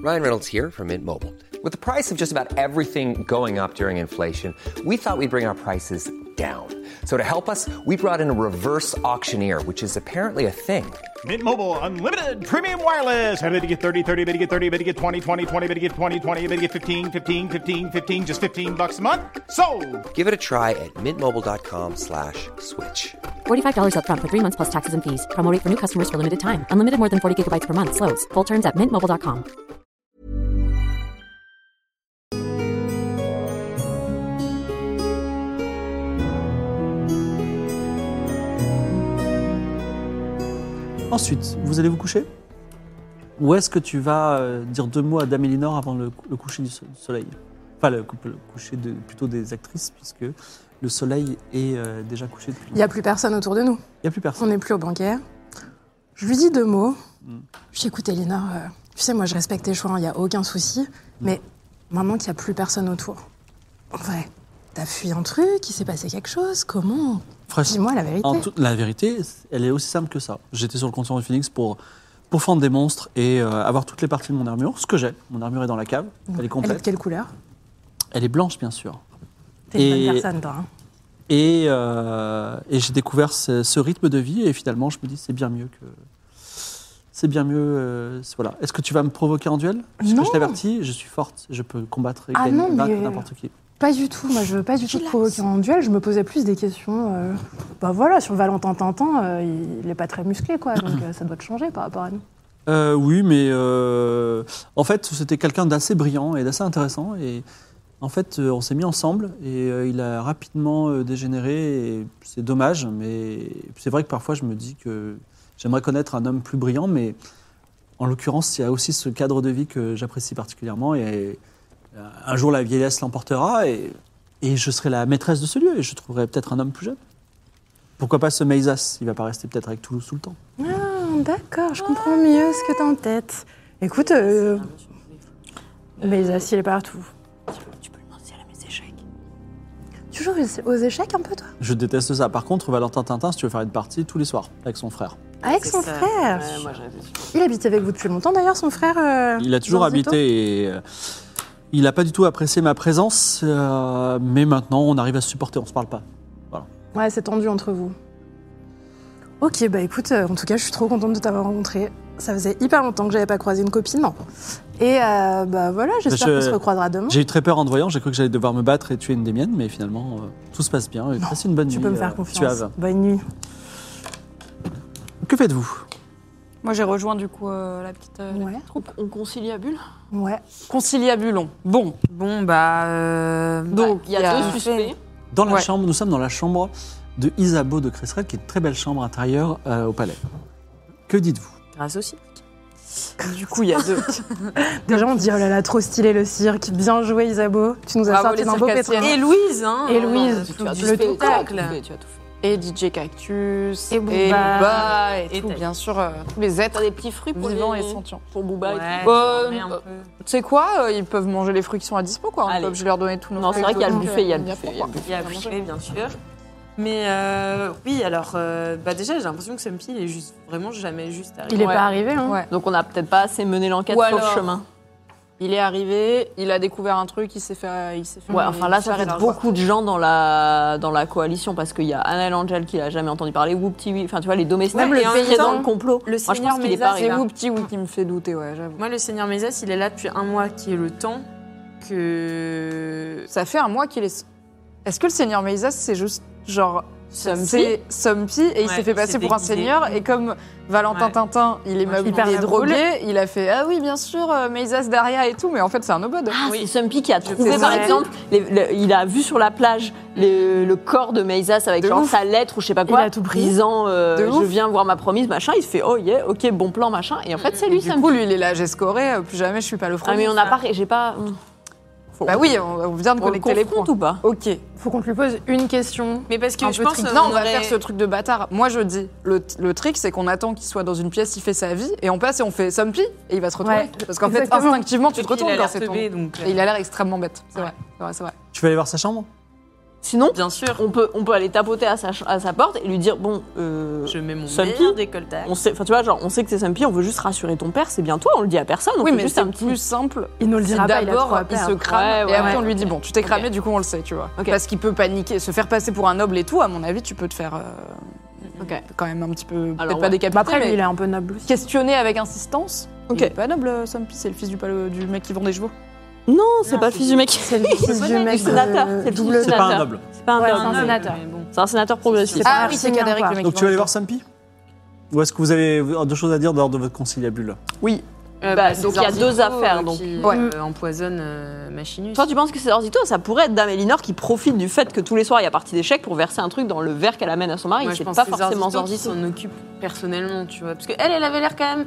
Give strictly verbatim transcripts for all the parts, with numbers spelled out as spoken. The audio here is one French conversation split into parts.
Ryan Reynolds here from Mint Mobile. With the price of just about everything going up during inflation, we thought we'd bring our prices down. So to help us, we brought in a reverse auctioneer, which is apparently a thing. Mint Mobile Unlimited Premium Wireless. How to get thirty, thirty, how to get thirty, how to get twenty, twenty, twenty, how to get twenty, twenty, how to get fifteen, fifteen, fifteen, fifteen, just fifteen bucks a month? Sold! Give it a try at mintmobile.com slash switch. forty-five dollars up front for three months plus taxes and fees. Promo rate for new customers for limited time. Unlimited more than forty gigabytes per month. Slows full terms at mint mobile dot com. Ensuite, vous allez vous coucher ? Ou est-ce que tu vas euh, dire deux mots à Dame Elinor avant le, le coucher du so- soleil ? Enfin, le, le coucher de, plutôt des actrices, puisque le soleil est euh, déjà couché depuis Il n'y a plus personne autour de nous. Il n'y a plus On personne. n'est plus au banquet. Je lui dis deux mots. Mm. Je dis, écoute, Elinor, euh, tu sais, moi, je respecte tes choix, il n'y a aucun souci. Mm. Mais maintenant qu'il n'y a plus personne autour, en vrai, t'as fui un truc, il s'est passé quelque chose, comment ? Frère, Dis-moi la vérité. en tout- la vérité, elle est aussi simple que ça. J'étais sur le continent du Phoenix pour, pour fendre des monstres et euh, avoir toutes les parties de mon armure, ce que j'ai. Mon armure est dans la cave, elle est Elle est complète. de quelle couleur ? Elle est blanche, bien sûr. T'es une Et- bonne personne, toi. Hein. Et, euh, et j'ai découvert ce, ce rythme de vie et finalement, je me dis, c'est bien mieux que... C'est bien mieux... euh, c'est- voilà. Est-ce que tu vas me provoquer en duel ? Parce Non. que je t'avertis, je suis forte, je peux combattre et Ah gagner, non, mais- vaincre n'importe qui. Pas du tout. Moi, je veux pas du tout te provoquer en duel. Je me posais plus des questions. Euh, bah voilà, sur Valentin Tintin, euh, il n'est pas très musclé, quoi. Donc euh, ça doit te changer par rapport à nous. Euh, oui, mais euh, en fait, c'était quelqu'un d'assez brillant et d'assez intéressant. Et en fait, euh, on s'est mis ensemble et euh, il a rapidement euh, dégénéré. Et c'est dommage, mais c'est vrai que parfois, je me dis que j'aimerais connaître un homme plus brillant, mais en l'occurrence, il y a aussi ce cadre de vie que j'apprécie particulièrement. Et euh, un jour, la vieillesse l'emportera et, et je serai la maîtresse de ce lieu et je trouverai peut-être un homme plus jeune. Pourquoi pas ce Meisas ? Il va pas rester peut-être avec Toulouse tout le temps. Ah, d'accord, je comprends mieux ce que t'as en tête. Écoute, euh, mais Zassi, il est partout. Tu peux le lancer à mes échecs. Tu joues aux- aux échecs un peu, toi ? Je déteste ça. Par contre, Valentin Tintin, si tu veux faire une partie, tous les soirs, avec son frère. Avec C'est son ça. frère. Ouais, moi j'avais. Il habite avec vous depuis longtemps, d'ailleurs, son frère. euh, Il a toujours Zanzito habité et euh, il n'a pas du tout apprécié ma présence, euh, mais maintenant on arrive à se supporter, on se parle pas. Ouais, c'est tendu entre vous. Ok, bah écoute, euh, en tout cas, je suis trop contente de t'avoir rencontré. Ça faisait hyper longtemps que j'avais pas croisé une copine. Et euh, bah voilà, j'espère Je- qu'on se recroisera demain. J'ai eu très peur en te voyant, j'ai cru que j'allais devoir me battre et tuer une des miennes, mais finalement euh, tout se passe bien. Passez une bonne Tu nuit. peux me euh, faire confiance. Suave. Bonne nuit. Que faites-vous ? Moi, j'ai rejoint du coup euh, la petite euh, Ouais. troupe. On conciliabule. Ouais. Conciliabulon. Bon. Bon, bah. euh, Donc, bah, il y a il y a deux un suspects. Dans la Ouais. chambre, nous sommes dans la chambre de Isabeau de Cresserelle, qui est une très belle chambre intérieure euh, au palais. Que dites-vous ? Grâce aussi. Du coup, il y a deux. Déjà, on dit oh là là, trop stylé le cirque. Bien joué, Isabeau. Tu nous as Bravo, sorti les d'un beau circassiennes. pétrin. Et Louise, hein. Et Louise, Tu tout- as le tout fait, tout tu as tout claque. fait, tu as tout fait. Et D J Cactus. Et Booba. Booba, et, Et tout, t'as- bien sûr. euh, tous les êtres T'as des petits fruits pour vivants les... et sentients. Pour Booba et Ouais, tout. euh, Mais un peu. Tu sais quoi euh, Ils peuvent manger les fruits qui sont à dispo, quoi. On est Allez. pas obligé de leur donner tous nos Non, c'est fruits vrai qu'il y a le donc, buffet, il y a euh, le buffet, il y a le pourquoi. buffet. Il y a buffet, bien sûr. Mais euh, oui, alors, euh, bah déjà, j'ai l'impression que Sumpy, il est juste, vraiment jamais juste arrivé. Il est Ouais. pas arrivé, hein. Ouais. Donc on n'a peut-être pas assez mené l'enquête Ou sur le alors- chemin. Il est arrivé, il a découvert un truc, il s'est fait. Il s'est fait Ouais, enfin là, ça tirer fait dans le beaucoup de gens dans la, dans la coalition parce qu'il y a Anna et Angel qui l'a jamais entendu parler, Whoopty, enfin tu vois, les domestiques Même le qui est paysan, dans le complot. le Moi, je seigneur pense qu'il est Mézas, pas C'est arrivé. vous, petit, oui, qui me fait douter, ouais, j'avoue. Moi, le Seigneur Mézas, il est là depuis un mois, qui est le temps que... Ça fait un mois qu'il est. Est-ce que le seigneur Meizas, c'est juste genre. Sumpy. C'est Sumpy et il Ouais, s'est fait il passer s'est pour un déguisé. seigneur et comme Valentin Ouais. Tintin, il est Moi, je meublé, pense il est que- drogué, il a fait ah oui bien sûr euh, Meizas Daria et tout, mais en fait c'est un obode. Ah, Oui. c'est Sumpy qui a trouvé, C'est par ça. exemple, les- le- il a vu sur la plage les- le corps de Meizas avec De genre ouf. sa lettre ou je sais pas quoi, Il a tout pris. disant euh, De je ouf. viens voir ma promise, machin. Il se fait oh yeah, ok, bon plan, machin. Et en fait, c'est lui, Du Sumpy. coup lui il est là, j'ai scoré, euh, plus jamais je suis pas le front. Ah, mais on n'a pas, j'ai pas. Faut- Bah oui, on, on vient de on le connecter les confronte points. ou pas? Ok. Faut qu'on te lui pose une question. Mais parce que Un je peu pense... tricky. euh, Non, on va aurait- faire ce truc de bâtard. Moi, je dis, le, le trick, c'est qu'on attend qu'il soit dans une pièce, il fait sa vie, et on passe et on fait Sumpy, et il va se retourner. Ouais, Parce qu'en fait, exactement. instinctivement, tu te Qu'il a retournes l'air quand c'est ton. teubé, donc, euh, Et il a l'air extrêmement bête. C'est vrai, c'est vrai, c'est vrai. Tu veux aller voir sa chambre ? Sinon, Bien sûr. on peut, on peut aller tapoter à sa, ch- à sa porte et lui dire bon, euh, Je mets mon Sumpy, meilleur décolletage. on sait, enfin tu vois, genre on sait que c'est Sumpy, on veut juste rassurer ton père, c'est bien toi, on le dit à personne, on Oui, fait mais juste c'est un petit. plus simple. Il nous le Si dira pas, il a trop d'abord à il perdre. se crame Ouais, ouais, et après ouais. on lui dit bon, tu t'es cramé, Ok. du coup on le sait, tu vois. Ok. Parce qu'il peut paniquer, se faire passer pour un noble et tout. À mon avis, tu peux te faire euh, Ok. quand même un petit peu, peut-être Alors, pas ouais. décapiter, Bah après, lui, mais il est un peu noble aussi. questionner avec insistance. Ok. Il est pas noble, euh, Sumpy, c'est le fils du, palo- du mec qui vend des chevaux. Non, c'est Non, pas le c'est fils du- du mec. C'est le fils du mec du sénateur. de C'est le fils double- du C'est pas un sénateur. noble. C'est pas un Ouais, noble. c'est un Non, sénateur. mais bon. C'est un sénateur progressif. C'est pas Ah un oui, c'est Arsignan, Cadaric, quoi. le mec Donc qui tu vas vend aller des voir Sumpy? Ou est-ce que vous avez deux choses à dire dehors de votre conciliabule? Oui. Euh, Bah, c'est donc, il y a Zorzito, deux affaires, euh, donc. Qui Ouais. euh, empoisonne euh, Machinus. Toi, tu penses que c'est Zorzito? Ça pourrait être Dame Elinor qui profite du fait que tous les soirs il y a partie d'échecs pour verser un truc dans le verre qu'elle amène à son mari. Moi, je C'est pense pas que c'est forcément Zorzito qui Zorzito. s'en occupe personnellement, tu vois. Parce qu'elle, elle avait l'air quand même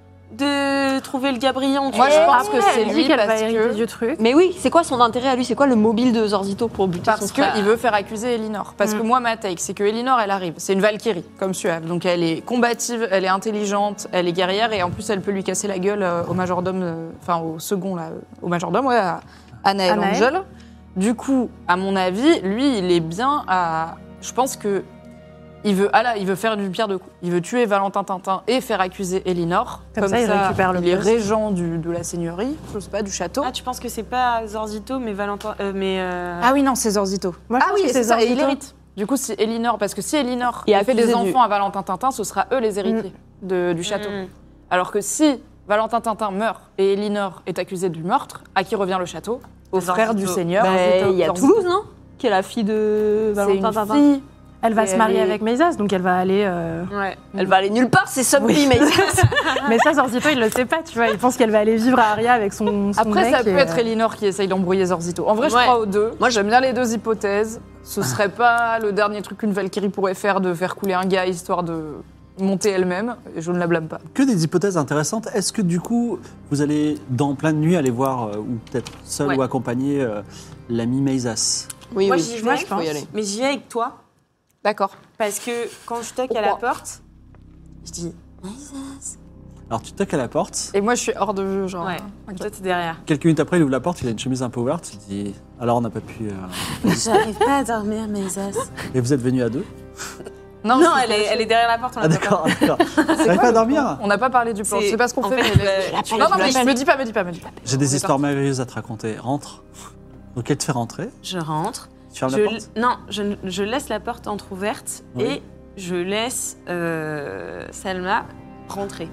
de trouver le gabrion. tu Moi, vois. je pense Après, que c'est elle lui dit qu'elle va parce hériter que du truc. Mais oui, c'est quoi son intérêt à lui? C'est quoi le mobile de Zorzito pour buter Parce son frère? qu'il veut faire accuser Elinor. Parce que Mm. moi, ma take, c'est que Elinor, elle arrive. C'est une Valkyrie, comme Suave. Donc elle est combative, elle est intelligente, elle est guerrière, et en plus, elle peut lui casser la gueule euh, au majordome, euh, enfin au second, là, euh, au majordome, ouais, à Anaël Anaël. Angel. Du coup, à mon avis, lui, il est bien à. Je pense que. Il veut, ah là, il veut faire du pire de coups. Il veut tuer Valentin Tintin et faire accuser Elinor. Comme ça, il récupère le il est poste. régent du- de la seigneurie, je sais pas, du château. Ah, tu penses que c'est pas Zorzito, mais Valentin. euh, mais. euh, Ah oui, non, c'est Zorzito. Moi, je Ah pense oui, que c'est ça, et il Zorzito. hérite. Du coup, si Elinor, parce que si Elinor Et a fait des accusé du- enfants à Valentin Tintin, ce sera eux les héritiers de- du château. Mm. Alors que si Valentin Tintin meurt et Elinor est accusée du meurtre, à qui revient le château? Au Zorzito. frère du seigneur. Bah, Zorzito. il y a Zorzito. Toulouse, non? Qui est la fille de C'est Valentin une Tintin. fille. Elle va Et se marier elle est- avec Mézas, donc elle va aller. euh, Ouais. Elle va aller nulle part, c'est Sumpy, mais. Mais ça, Zorzito, il le sait pas, tu vois. Il pense qu'elle va aller vivre à Aria avec son, son Après, mec. ça peut et, être euh, Elinor qui essaye d'embrouiller Zorzito. En vrai, je Ouais. crois aux deux. Moi, Moi, j'aime bien les deux hypothèses. Ce serait pas le dernier truc qu'une Valkyrie pourrait faire de faire couler un gars histoire de monter elle-même. Et je ne la blâme pas. Que des hypothèses intéressantes. Est-ce que du coup, vous allez dans pleine nuit aller voir, euh, ou peut-être seul Ouais. ou accompagné, euh, l'ami Meizas? Oui, Moi, oui. j'y moi, vais, je faut y pense. aller. mais j'y vais avec toi. D'accord. Parce que quand je toque à la Pourquoi porte, je dis. Alors tu toques à la porte. Et moi, je suis hors de jeu, genre. Ouais. Ok. Toi, t'es derrière. Quelques minutes après, il ouvre la porte, il a une chemise un peu ouverte. Il dit alors on n'a pas pu. euh, J'arrive pas à dormir, mes as. Et vous êtes venus à deux? Non, c'est elle est, pas- elle est derrière la porte. On Ah l'a pas d'accord, d'accord. Vous n'arrivez pas à dormir? On n'a pas parlé du plan. C'est- Je sais pas ce qu'on en fait. fait, mais- je l'appelle, non, non, je mais je l'appelle. me dis pas, me dis pas, me dis pas. J'ai des histoires merveilleuses à te raconter. Rentre. Donc elle te fait rentrer. Je rentre. Tu fermes Je, la porte. non, je, je laisse la porte entrouverte Oui. et je laisse euh, Salma rentrer.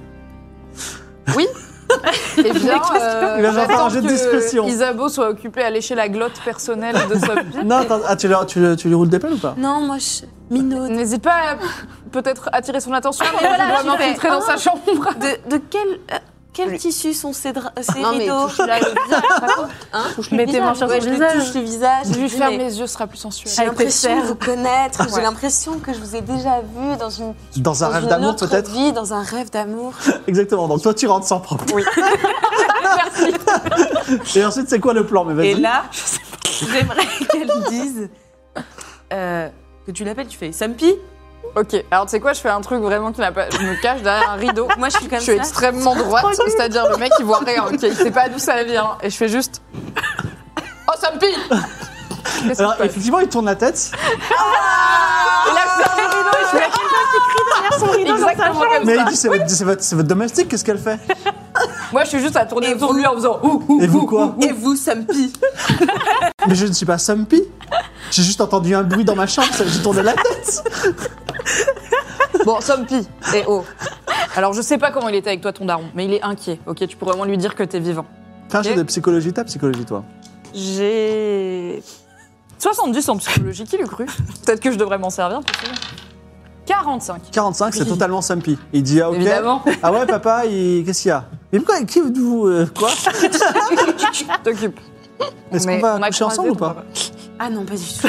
Eh bien, euh, Il va faire j'attends un jeu de que discrétion. Isabeau soit occupé à lécher la glotte personnelle de Sophie. Non, attends, ah, tu, lui- tu, lui- tu lui roules des pelles ou pas? Non, moi, je minaude. N'hésite pas à peut-être attirer son attention. Ah, mais mais voilà, je dois tu fais, m'infiltrer dans oh. sa chambre. De, de quel, euh, quel tissu sont ces, dra- ces Non, mais rideaux touche là le visage. Hein Touche le Mets tes mains visage. sur Ouais, son je lui visage. touche le visage. Je lui je dis, ferme mais les yeux, ce sera plus sensuel. J'ai Avec tes l'impression de serres. vous connaître. Ouais. J'ai l'impression que je vous ai déjà vu dans une, Dans un dans rêve une d'amour autre peut-être? vie, dans un rêve d'amour. Exactement, donc toi tu rentres sans problème. Oui. Et ensuite c'est quoi le plan? Mais vas-y. Et là, j'aimerais qu'elle dise euh, que tu l'appelles, tu fais Sumpy. Ok, alors tu sais quoi, je fais un truc vraiment qui n'a pas. Je me cache derrière un rideau. Moi, je suis comme Je suis ça. extrêmement droite, c'est-à-dire le mec il voit rien, ok, il sait pas d'où ça vient. Et je fais juste. Oh, Sumpy! Qu'est-ce qui Alors se passe? effectivement il tourne la tête, Et là, je ferme le rideau et je fais son rideau dans sa exactement chambre. comme mais ça. il dit c'est votre, c'est votre, c'est votre domestique, qu'est-ce qu'elle fait? Moi, je suis juste à tourner Et autour vous de lui en faisant ouh, ouh, Et vous ouh, quoi? ouh. Et vous, Sumpy. Mais je ne suis pas Sumpy. J'ai juste entendu un bruit dans ma chambre, ça- j'ai tourné la tête. Bon, Sumpy, et oh. Alors, je sais pas comment il était avec toi, ton daron, mais il est inquiet, ok? Tu pourrais au moins lui dire que t'es vivant. Fais un jeu Ok. de psychologie, ta psychologie toi. J'ai. soixante-dix en psychologie, qui l'eût cru? Peut-être que je devrais m'en servir, plus souvent. quarante-cinq. quarante-cinq, c'est totalement Sumpy. Il dit ah ok. Évidemment. Ah ouais papa, il... qu'est-ce qu'il y a? Mais pourquoi qui vous euh, quoi? T'occupe. Est-ce Mais qu'on va on a coucher ensemble croisé, ou pas? Ah non, pas du tout.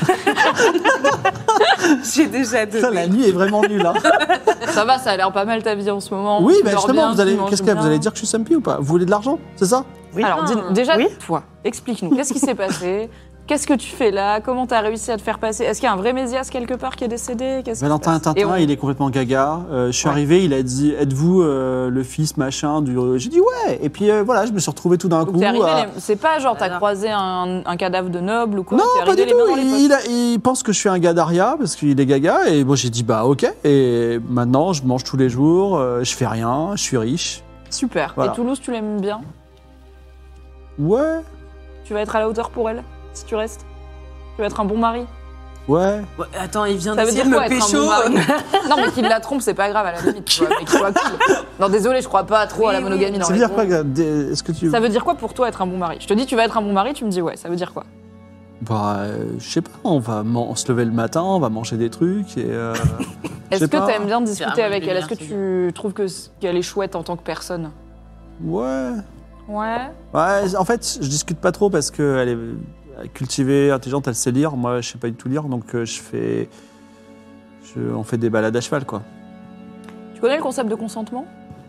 J'ai déjà Putain, la donné. nuit est vraiment nulle hein. Ça va, ça a l'air pas mal ta vie en ce moment. Oui, Tu bah dors justement, bien, vous tu allez, manges qu'est-ce que vous bien. allez dire que je suis Sumpy ou pas? Vous voulez de l'argent, c'est ça? Alors, dis- déjà, Oui. toi, explique-nous. Qu'est-ce qui s'est passé? Qu'est-ce que tu fais là? Comment t'as réussi à te faire passer? Est-ce qu'il y a un vrai Mésias quelque part qui est décédé? Qu'est-ce qui se Valentin passe Et Tintin, on- il est complètement gaga. Euh, je suis Ouais. arrivé, il a dit êtes-vous euh, le fils machin du. J'ai dit ouais. Et puis euh, voilà, je me suis retrouvé tout d'un Donc coup. t'es arrivé, à- les- c'est pas genre t'as Alors. croisé un, un cadavre de noble ou quoi? Non, T'es pas arrivé du les mains tout. dans les poches. Il, a- il pense que je suis un gars d'Aria parce qu'il est gaga. Et moi, j'ai dit bah ok. Et maintenant, je mange tous les jours, euh, je fais rien, je suis riche. Super. Voilà. Et Toulouse, tu l'aimes bien? Ouais, Tu vas être à la hauteur pour elle si tu restes? Tu vas être un bon mari? ouais. Ouais, attends, il vient Ça veut d'essayer dire de quoi me être un pécho. bon mari? Non, mais qu'il la trompe, c'est pas grave à la limite. Tu vois, mais qu'il soit cool. Non, désolé, je crois pas trop à la Oui, oui. monogamie. dans Ça veut les dire bons. quoi Gad Des- Est-ce que tu. Ça veut dire quoi pour toi être un bon mari? Je te dis tu vas être un bon mari, tu me dis ouais, ça veut dire quoi? Bah, euh, je sais pas. On va man- se lever le matin, on va manger des trucs et. euh, je Est-ce sais que pas. tu aimes bien discuter Faire un avec elle? Est-ce que lumière, tu trouves que c- qu'elle est chouette en tant que personne? Ouais. Ouais. Ouais, en fait, je discute pas trop parce qu'elle est cultivée, intelligente, elle sait lire. Moi, je sais pas du tout lire, donc euh, je fais. Je... On fait des balades à cheval, quoi. Tu connais le concept de consentement?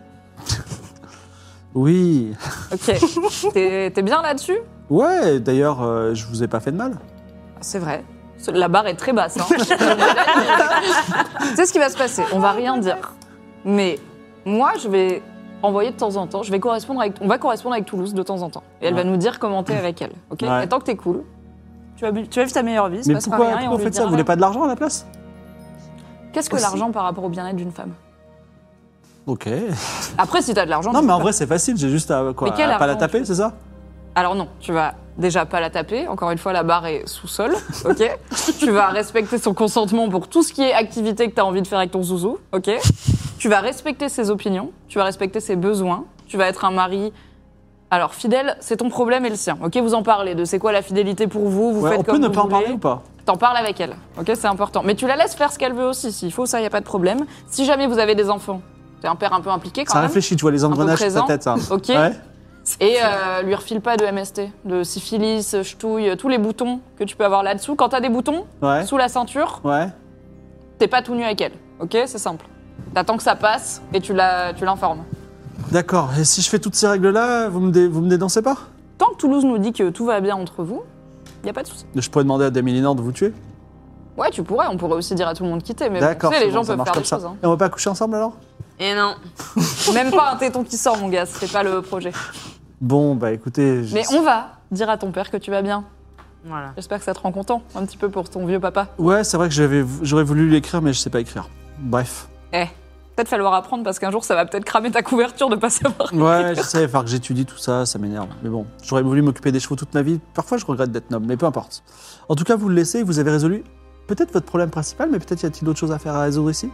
Oui. Ok. T'es t'es bien là-dessus? Ouais, d'ailleurs, euh, je vous ai pas fait de mal. C'est vrai. La barre est très basse. Hein. Tu sais ce qui va se passer? On va rien dire. Mais moi, je vais envoyer de temps en temps. Je vais correspondre avec. On va correspondre avec Toulouse de temps en temps. Et elle Ouais. va nous dire comment t'es avec elle. Ok. Ouais. Et tant que t'es cool, tu vas, bu- tu vas vivre ta meilleure vie. il se Mais passera pourquoi, rien et pourquoi on vous lui faites ça dira Vous voulez rien. pas de l'argent à la place Qu'est-ce que Aussi. l'argent par rapport au bien-être d'une femme? Ok. Après, si t'as de l'argent. Non, tu mais en peux vrai, c'est facile. J'ai juste à, quoi, Mais quel à pas la argent, taper, tu- c'est ça Alors non, tu vas déjà pas la taper. Encore une fois, la barre est sous-sol, ok. Tu vas respecter son consentement pour tout ce qui est activité que tu as envie de faire avec ton zouzou, ok. Tu vas respecter ses opinions, tu vas respecter ses besoins, tu vas être un mari. Alors fidèle, c'est ton problème et le sien, ok. Vous en parlez de c'est quoi la fidélité pour vous, vous Ouais, faites on comme peut ne vous pas en voulez. parler ou pas T'en parles avec elle, ok, c'est important. Mais tu la laisses faire ce qu'elle veut aussi, s'il faut, ça y a pas de problème. Si jamais vous avez des enfants, t'es un père un peu impliqué quand Ça même. réfléchit, tu vois les peu engrenages sur ta présent. tête, ça. Ok. Ouais. Et euh, lui refile pas de M S T, de syphilis, ch'touille, tous les boutons que tu peux avoir là-dessous. Quand t'as des boutons, Ouais. sous la ceinture, Ouais. t'es pas tout nu avec elle. Ok, c'est simple. T'attends que ça passe et tu la- tu l'informes. D'accord. Et si je fais toutes ces règles-là, vous me, dé- vous me dédansez pas Tant que Toulouse nous dit que tout va bien entre vous, y a pas de souci. Je pourrais demander à Dame Elinor de vous tuer Ouais, tu pourrais, on pourrait aussi dire à tout le monde de quitter, mais bon, D'accord, tu sais, les c'est gens bon, ça peuvent marche faire comme des ça. choses. hein. Et on va pas coucher ensemble alors Et non. Même pas un téton qui sort, mon gars, c'est pas le projet. Bon, bah écoutez. je- Mais on va dire à ton père que tu vas bien. Voilà. J'espère que ça te rend content, un petit peu pour ton vieux papa. Ouais, c'est vrai que j'avais- j'aurais voulu l'écrire, mais je sais pas écrire. Bref. Eh, peut-être falloir apprendre parce qu'un jour ça va peut-être cramer ta couverture de pas savoir. Ouais, je sais, il va falloir que j'étudie tout ça, ça m'énerve. Mais bon, j'aurais voulu m'occuper des chevaux toute ma vie. Parfois, je regrette d'être noble, mais peu importe. En tout cas, vous le laissez, vous avez résolu peut-être votre problème principal, mais peut-être y a-t-il d'autres choses à faire à résoudre ici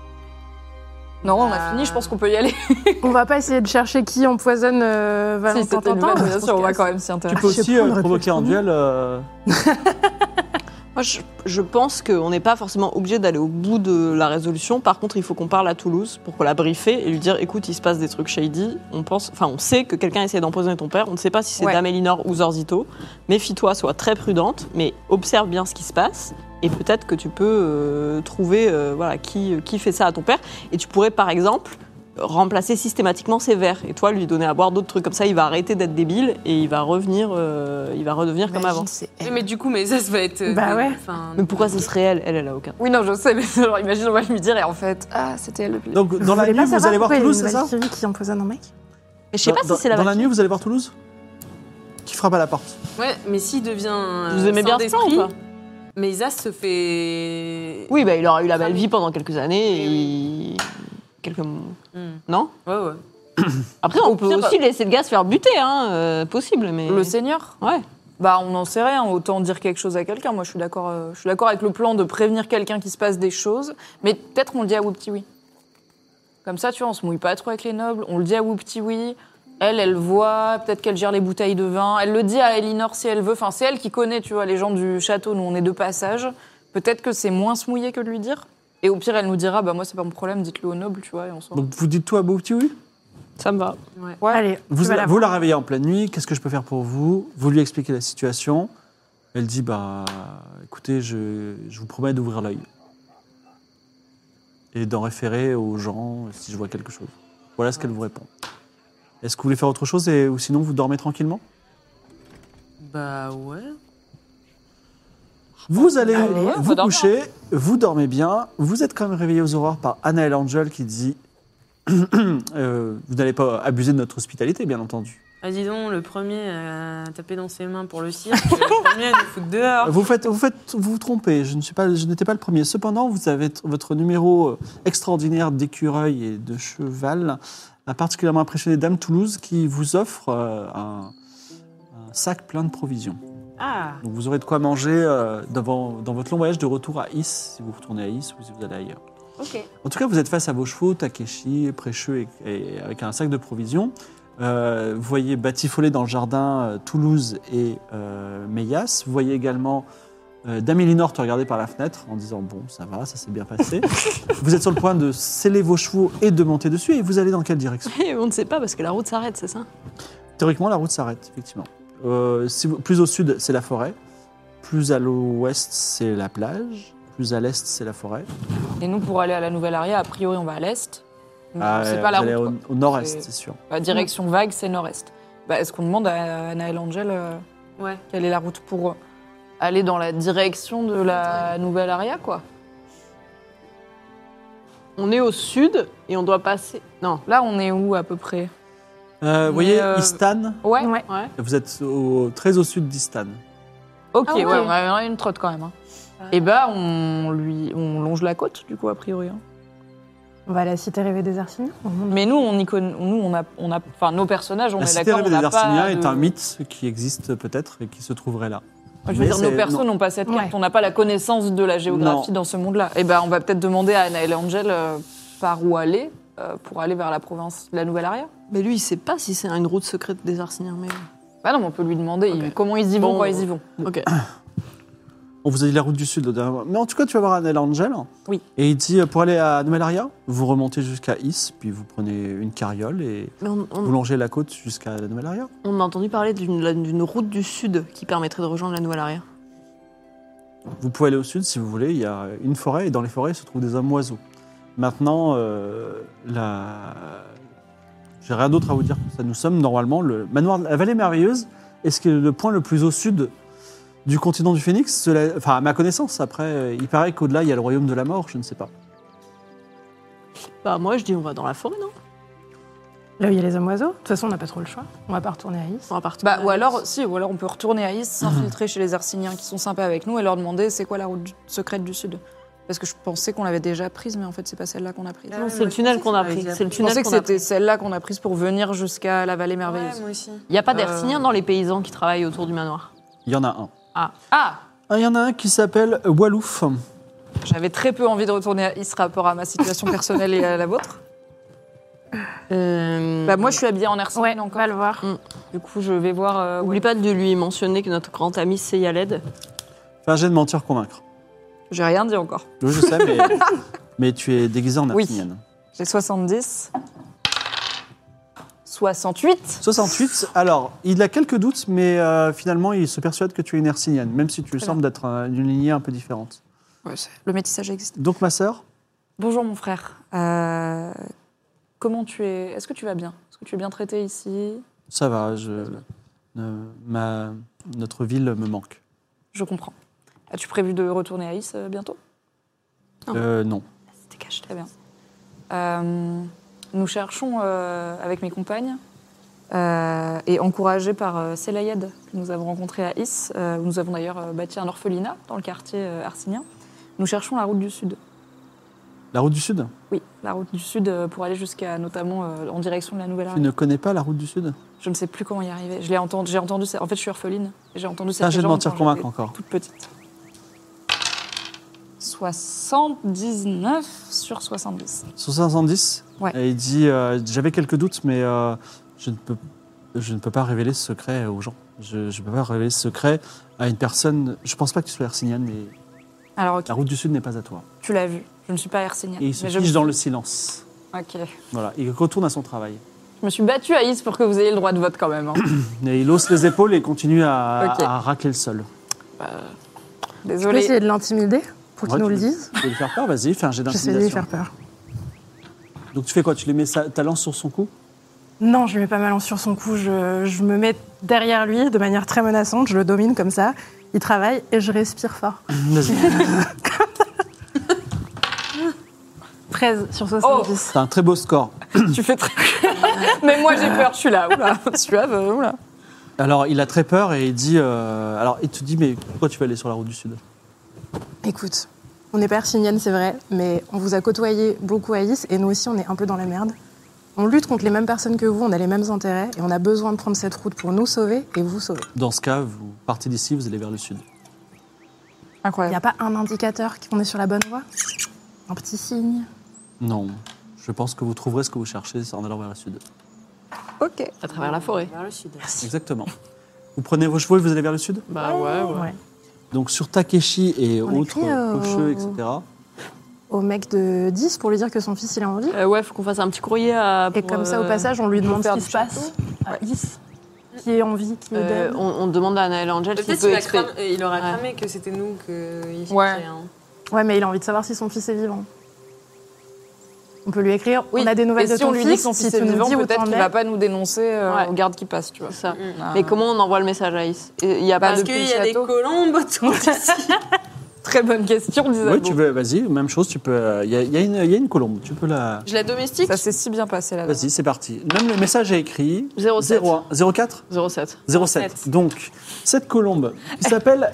Non, on a Euh, fini, je pense qu'on peut y aller. On va pas essayer de chercher qui empoisonne euh, Si, Valentin c'était une Tintin. vanne, je bien pense sûr, on que va c'est- quand même s'y Tu intéresser. peux je sais aussi pas, on euh, aurait pu provoquer le en faire. duel. euh, Moi, je, je pense qu'on n'est pas forcément obligé d'aller au bout de la résolution. Par contre, il faut qu'on parle à Toulouse pour la briefer et lui dire écoute, il se passe des trucs shady. On pense, enfin, on sait que quelqu'un essaie d'empoisonner ton père. On ne sait pas si c'est Ouais. Dame Elinor ou Zorzito. Méfie-toi, sois très prudente, mais observe bien ce qui se passe. Et peut-être que tu peux euh, trouver euh, voilà, qui, qui fait ça à ton père. Et tu pourrais, par exemple, remplacer systématiquement ses verres. Et toi, lui donner à boire d'autres trucs. Comme ça, il va arrêter d'être débile et il va revenir, euh, il va redevenir comme avant. c'est Eh, Mais du coup, mais ça, ça va être. euh, Bah ouais. enfin, Mais pourquoi ce serait elle Elle, elle a aucun. Oui, non, je sais, mais genre, imagine, on va lui dire et en fait, ah, c'était elle depuis. Donc, dans la voulez nuit, pas vous savoir allez voir pourquoi il y a Toulouse, une c'est ça Valkyrie qui empoisonne un mec Mais je sais pas Dans- si c'est la Dans la Valkyrie. nuit, vous allez voir Toulouse Qui frappe à la porte Ouais, mais s'il devient. euh, Vous aimez bien sans ça ou d'esprit, pas Mais Isas se fait. Oui, bah, il aura eu la belle vie pendant quelques années et il- quelques mois. Hmm. Non Ouais, ouais. Après, on Au peut pire, aussi laisser le gars se faire buter, hein, euh, possible, mais. Le Seigneur Ouais. Bah, on n'en sait rien, autant dire quelque chose à quelqu'un. Moi, je suis d'accord euh, je suis d'accord avec le plan de prévenir quelqu'un qu'il se passe des choses, mais peut-être on le dit à Whoopty-Wee. Comme ça, tu vois, on se mouille pas trop avec les nobles, on le dit à Whoopty-Wee. Elle, elle voit, peut-être qu'elle gère les bouteilles de vin. Elle le dit à Elinor si elle veut. Enfin, c'est elle qui connaît, tu vois, les gens du château. Nous, on est de passage. Peut-être que c'est moins se mouiller que de lui dire. Et au pire, elle nous dira, bah moi, c'est pas mon problème, dites-le aux nobles, tu vois, et on s'en va. Donc, vous dites tout à Boupti, oui Ça me va. Ouais. Allez, Vous, tu vas la vous la voir. réveillez en pleine nuit, qu'est-ce que je peux faire pour vous Vous lui expliquez la situation. Elle dit, bah, écoutez, je, je vous promets d'ouvrir l'œil. Et d'en référer aux gens si je vois quelque chose. Voilà ce qu'elle vous répond. Est-ce que vous voulez faire autre chose et, ou sinon vous dormez tranquillement Bah ouais. Vous allez Allez, on vous va dormir. coucher, vous dormez bien, vous êtes quand même réveillé aux aurores par Anna et Angel qui dit euh, vous n'allez pas abuser de notre hospitalité, bien entendu. Ah, dis donc, le premier à taper dans ses mains pour le cirque, le premier à nous foutre dehors. Vous faites, vous faites, vous vous trompez. Je ne suis pas, je n'étais pas le premier. Cependant, vous avez t- votre numéro euh, extraordinaire d'écureuil et de cheval a particulièrement impressionné Dame Toulouse qui vous offre euh, un, un sac plein de provisions. Ah, Donc vous aurez de quoi manger euh, dans, dans votre long voyage de retour à Is, si vous retournez à Is ou si vous allez ailleurs. ok. En tout cas, vous êtes face à vos chevaux, Takeshi, Précheux, et, et avec un sac de provisions. Euh, vous voyez batifoler dans le jardin euh, Toulouse et euh, Meyas. Vous voyez également euh, Dame Elinor te regarder par la fenêtre en disant « Bon, ça va, ça s'est bien passé ». Vous êtes sur le point de sceller vos chevaux et de monter dessus. Et vous allez dans quelle direction? Et on ne sait pas parce que la route s'arrête, c'est ça? Théoriquement, la route s'arrête, effectivement. Euh, si vous- plus au sud, c'est la forêt. Plus à l'ouest, c'est la plage. Plus à l'est, c'est la forêt. Et nous, pour aller à la Nouvelle Aria, a priori, on va à l'est. Mais Ah, c'est euh, pas la vous allez route. au, quoi. au nord-est, C'est- c'est sûr. La direction vague, c'est nord-est. Bah, est-ce qu'on demande à Anna et Angel euh, Ouais. quelle est la route pour euh, aller dans la direction de la Nouvelle Aria, quoi? On est au sud et on doit passer. Non. Là, on est où, à peu près? Euh, vous Mais, voyez euh, Istan? Ouais. Ouais. Ouais. Vous êtes au- très au sud d'Istan. Ok, Ah ouais. ouais, on a une trotte quand même. Hein. Et bah, on, lui, on longe la côte, du coup, a priori. hein. On va à la cité rêvée des Arsiniens. Mais nous, on y connaît, nous, on a, on a, enfin, nos personnages, on La est cité d'accord, rêvée on des n'a pas Arsiniens est de- un mythe qui existe peut-être et qui se trouverait là. Je veux Mais dire, nos c'est- persos non. n'ont pas cette carte, Ouais. on n'a pas la connaissance de la géographie Non. dans ce monde-là. Et ben, on va peut-être demander à Anna et Angel euh, par où aller euh, pour aller vers la province de la Nouvelle Aria. Mais lui, il sait pas si c'est une route secrète des Arsiniens. Mais... Bah non, mais on peut lui demander Ok. il- comment ils y vont Bon, quand ils y vont. Ok. On vous a dit la route du sud. là. Mais en tout cas, tu vas voir Anna Angel. Oui. Et il dit euh, pour aller à Nouvelle Aria, vous remontez jusqu'à Is, puis vous prenez une carriole et Mais on, on- vous longez la côte jusqu'à la Nouvelle Aria. on a entendu parler d'une la- d'une route du sud qui permettrait de rejoindre la Nouvelle Aria. Vous pouvez aller au sud si vous voulez. Il y a une forêt et dans les forêts se trouvent des hommes oiseaux. Maintenant, euh, la... j'ai rien d'autre à vous dire que ça. Nous sommes normalement le manoir de la Vallée Merveilleuse. Est-ce que le point le plus au sud du continent du Phénix, cela- enfin à ma connaissance, après, euh, il paraît qu'au-delà il y a le royaume de la mort, je ne sais pas. Bah moi, je dis on va dans la forêt, non? Là où il y a les hommes oiseaux. De toute façon, on n'a pas trop le choix. On va pas retourner à Is. On va partir. Bah, ou alors, si, ou alors on peut retourner à Is, s'infiltrer chez les Arsiniens qui sont sympas avec nous et leur demander c'est quoi la route du- secrète du sud. Parce que je pensais qu'on l'avait déjà prise, mais en fait, c'est pas celle-là qu'on a prise. Non, c'est le tunnel qu'on a pris. C'est le Je tunnel pensais que qu'on a c'était pris. celle-là qu'on a prise pour venir jusqu'à la vallée merveilleuse. Ouais, moi aussi. Il n'y a pas Euh, d'Arsiniens dans les paysans qui travaillent autour du manoir. Il y en a un. Ah, Ah, il y en a un qui s'appelle Walouf. j'avais très peu envie de retourner à Is rapport à ma situation personnelle et à la vôtre. Euh, Bah, moi, je suis habillée en Arsinienne Ouais, on encore. va le voir. Du coup, je vais voir. euh, Oublie ouais. pas de lui mentionner que notre grand ami c'est Yaled. Fais un jet de mentir convaincre. J'ai rien dit encore. Oui, je sais, mais, mais tu es déguisé en Oui. Arsinienne. J'ai soixante-dix. soixante-huit. soixante-huit, alors, il a quelques doutes, mais euh, finalement, il se persuade que tu es une Arsinienne, même si tu Très sembles d'être euh, d'une lignée un peu différente. Ouais, c'est- le métissage existe. Donc, ma sœur, Bonjour mon frère. Euh, comment tu es? Est-ce que tu vas bien? Est-ce que tu es bien traité ici? ça va, je, euh, ma, notre ville me manque. Je comprends. As-tu prévu de retourner à Is euh, bientôt? Non. Euh, non. C'était caché. Très bien. Euh, nous cherchons, euh, avec mes compagnes, euh, et encouragés par euh, Selayed, que nous avons rencontré à Is, euh, où nous avons d'ailleurs euh, bâti un orphelinat dans le quartier euh, arsinien, nous cherchons la route du Sud. La route du Sud? Oui, la route du Sud euh, pour aller jusqu'à, notamment, euh, en direction de la Nouvelle Tu Aria. ne connais pas la route du Sud? Je ne sais plus comment y arriver. Je l'ai entendu, j'ai entendu ça. En fait, je suis orpheline. Et j'ai entendu C'est un cette jet de légende mentir quand convaincre j'étais encore. toute petite. soixante-dix-neuf sur soixante-dix. Sur soixante-dix? Ouais. Et il dit, euh, j'avais quelques doutes, mais euh, je, ne peux, je ne peux pas révéler ce secret aux gens. Je ne peux pas révéler ce secret à une personne. Je ne pense pas que tu sois Arsinienne, mais Alors, ok, la route du Sud n'est pas à toi. tu l'as vu. Je ne suis pas hercinienne. Et il se mais je fiche me dans suis- le silence. Ok. Voilà, il retourne à son travail. Je me suis battue à Is pour que vous ayez le droit de vote quand même. hein. Et il hausse les épaules et continue à, Ok. à racler le sol. Je peux Désolée. essayer de l'intimider pour qu'il Ouais, nous tu le veux- dise. Tu veux lui faire peur? Vas-y, fais un jet J'essaie de lui d'intimidation. faire peur. Donc tu fais quoi? Tu lui mets sa- ta lance sur son cou? Non, je lui mets pas ma lance sur son cou. Je, je me mets derrière lui de manière très menaçante. Je le domine comme ça. il travaille et je respire fort. Vas-y. treize sur soixante-dix. T'as un très beau score. Tu fais très. Mais moi j'ai peur, je suis là. Oula, suave, oula. Alors, il a très peur et il dit... euh, Alors, il te dit, mais pourquoi tu vas aller sur la route du Sud? Écoute, on est pas hercinienne, c'est vrai, mais on vous a côtoyé beaucoup à Is et nous aussi, on est un peu dans la merde. On lutte contre les mêmes personnes que vous, on a les mêmes intérêts et on a besoin de prendre cette route pour nous sauver et vous sauver. Dans ce cas, vous partez d'ici, vous allez vers le Sud. Il n'y Incroyable. a pas un indicateur qu'on est sur la bonne voie? Un petit signe? Non, je pense que vous trouverez ce que vous cherchez en allant vers le Sud. Ok. À travers la forêt. Vers le sud. Exactement. Vous prenez vos chevaux et vous allez vers le Sud? Bah ouais, ouais. Ouais. Donc, sur Takeshi et On autres écrit, euh, cocheux, et cetera. Au mec de dix pour lui dire que son fils il est en vie. Euh, ouais, faut qu'on fasse un petit courrier à. Et pour, comme ça, au euh, passage, on lui pour demande ce faire qui du se passe à Is. Qui est en vie, qui est euh, dead. on, on demande à Anaël Angel s'il Peut-être peut qu'il a exprimer. cramé- il aura Ouais. cramé que c'était nous qu'il Ouais. cherchait, hein. Ouais, mais il a envie de savoir si son fils est vivant. On peut lui écrire, Oui. on a des nouvelles Et de si ton on lui fils, dit que son si fils tu est nous vivant, dis où peut-être t'en qu'il es. va pas nous dénoncer euh, Ouais. aux gardes qui passent, tu vois. C'est ça. Ah. Mais comment on envoie le message à Aïs? Il y a pas Parce de. qu'il y a des château. colombes autour d'ici. Très bonne question, disait. Oui, tu veux, vas-y, même chose, tu peux... Il y, a- il y a une- il y a une colombe, tu peux la... Je la domestique. Ça s'est si bien passé là. Vas-y, c'est parti. Même le message est écrit... zéro sept. zéro un, zéro quatre zéro sept. zéro sept. Donc, cette colombe, qui s'appelle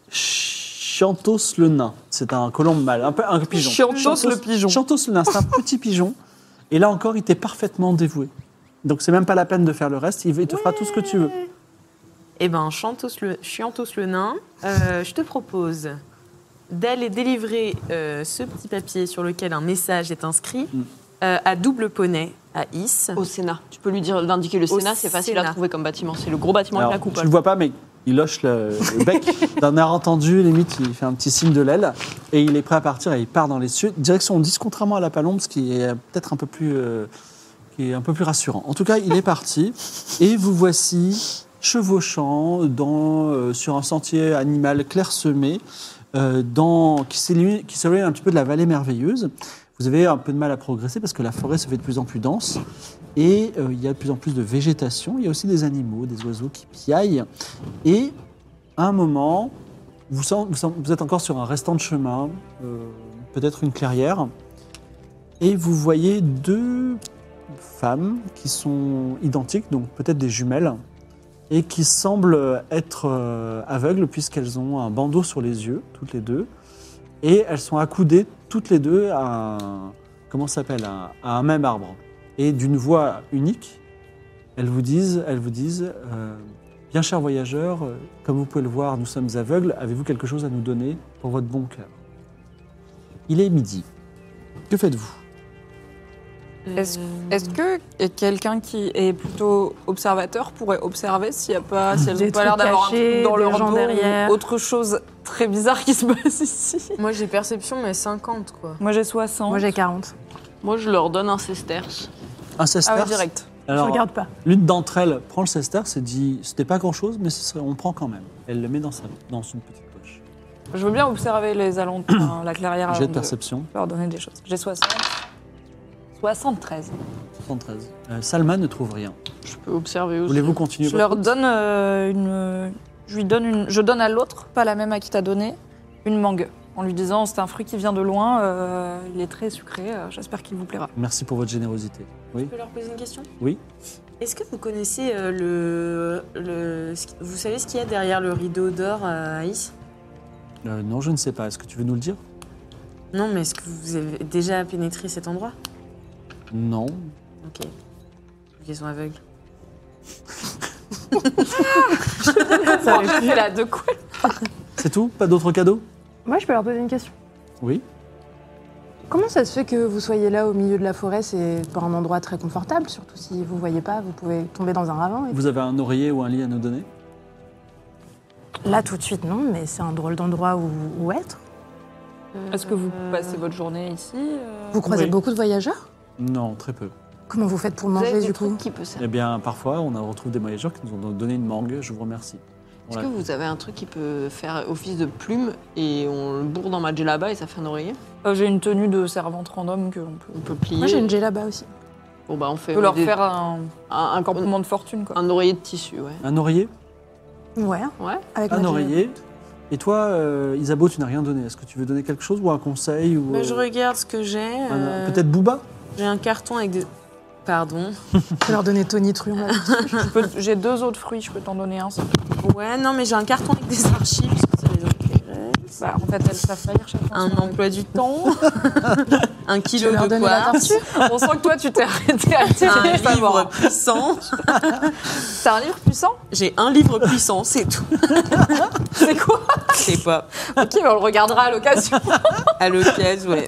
Chiantos le nain. C'est un colombe mâle, un, peu, un pigeon. Chiantos le pigeon. Chiantos le nain, c'est un petit pigeon. Et là encore, il t'est parfaitement dévoué. Donc, c'est même pas la peine de faire le reste, il il te fera tout ce que tu veux. Eh ben, Chiantos le, Chiantos le nain, euh, je te propose d'aller délivrer euh, ce petit papier sur lequel un message est inscrit Mm. euh, à Double Poney, à Is. Au Sénat. Tu peux lui dire d'indiquer le Au Sénat, c'est facile à Sénat. trouver comme bâtiment. C'est le gros bâtiment Alors, avec la tu coupole. le vois pas, mais il hoche le, le bec d'un air entendu, limite, il fait un petit signe de l'aile, et il est prêt à partir, et il part dans les cieux, direction dix, contrairement à la palombe, ce qui est peut-être un peu plus... euh, qui est un peu plus rassurant. En tout cas, il est parti, et vous voici chevauchant dans, euh, sur un sentier animal clairsemé, euh, dans, qui s'éloigne qui s'éloigne un petit peu de la vallée merveilleuse. Vous avez un peu de mal à progresser parce que la forêt se fait de plus en plus dense, et euh, il y a de plus en plus de végétation. Il y a aussi des animaux, des oiseaux qui piaillent, et à un moment, vous, sent- vous, sent- vous êtes encore sur un restant de chemin, euh, peut-être une clairière, et vous voyez deux femmes qui sont identiques, donc peut-être des jumelles, et qui semblent être euh, aveugles puisqu'elles ont un bandeau sur les yeux, toutes les deux, et elles sont accoudées toutes les deux à un, comment ça s'appelle, à, à un même arbre. Et d'une voix unique, elles vous disent, elles vous disent euh, bien cher voyageur, euh, comme vous pouvez le voir, nous sommes aveugles, avez-vous quelque chose à nous donner pour votre bon cœur? Il est midi. Que faites-vous? Est-ce est-ce que quelqu'un qui est plutôt observateur pourrait observer s'il y a pas, si elles Des n'ont pas l'air trucs d'avoir un cachés, truc dans des leur gens dos derrière. ou autre chose très bizarre qui se passe ici? Moi, j'ai perception, mais cinquante, quoi. Moi j'ai soixante. Moi j'ai quarante. Moi, je leur donne un sesterce. Un Ah sesterce. ouais, direct. Je Alors, regarde pas. l'une d'entre elles prend le sesterce et dit c'était pas grand-chose, mais ce serait- on prend quand même. Elle le met dans, sa, dans une petite poche. Je veux bien observer les alentours, hein, la clairière Jet avant de de perception, leur donner des choses. J'ai soixante. soixante-treize. soixante-treize. Euh, Salma ne trouve rien. Je peux observer aussi. Voulez-vous continuer Je votre leur route? donne euh, une. Je lui donne une. Je donne à l'autre, pas la même à qui t'as donné, une mangue. En lui disant c'est un fruit qui vient de loin, euh, il est très sucré, euh, j'espère qu'il vous plaira. Merci pour votre générosité. Oui. Je peux leur poser une question? Oui. Est-ce que vous connaissez euh, le, le... ce qui- Vous savez ce qu'il y a derrière le rideau d'or à Is? Euh, non, je ne sais pas. Est-ce que tu veux nous le dire? Non, mais est-ce que vous avez déjà pénétré cet endroit? Non. Ok. Ils sont aveugles. Ça aurait pu là, de quoi? C'est tout? Pas d'autres cadeaux? Moi je peux leur poser une question. Oui. Comment ça se fait que vous soyez là au milieu de la forêt? C'est pas un endroit très confortable, surtout si vous voyez pas, vous pouvez tomber dans un ravin. et- Vous avez un oreiller ou un lit à nous donner? Là tout de suite non, mais c'est un drôle d'endroit où, où être. Est-ce que vous passez votre journée ici euh Vous croisez Oui. beaucoup de voyageurs? Non, très peu. Comment vous faites pour Vous avez manger des du coup? trucs qui peut servir. Eh bien, parfois, on a- on retrouve des voyageurs qui nous ont donné une mangue. Je vous remercie. Est-ce Voilà. que vous avez un truc qui peut faire office de plume et on le bourre dans ma djellaba et ça fait un oreiller? Euh, J'ai une tenue de servante random que on peut, On peut plier. Moi j'ai une là-bas aussi. Bon bah on on fait peut leur des- faire un, un, un, campement de fortune quoi. un oreiller de tissu, ouais. Ah, Un oreiller? Ouais, Ouais. avec Un ma oreiller. Et toi, euh, Isabeau, tu n'as rien donné. Est-ce que tu veux donner quelque chose ou un conseil ou, Bah, je euh, regarde ce que j'ai. un- euh, Peut-être Booba. J'ai un carton avec des. Pardon. Je vais leur donner Tony Truant. Je peux- J'ai deux autres fruits, je peux t'en donner un. ça. Ouais, non, mais j'ai un carton avec des archives. Ça les intéresse. Bah, en fait, elles savent pas lire chacun. Un son- emploi du temps. Un Tu kilo veux leur de donner la quartz. tortue On sent que toi, tu t'es arrêté à tes Un livre favorables. puissant. T'as un livre puissant? J'ai un livre puissant, c'est tout. C'est quoi? Je sais pas. Ok, bah, on le regardera à l'occasion. À l'occasion, ouais.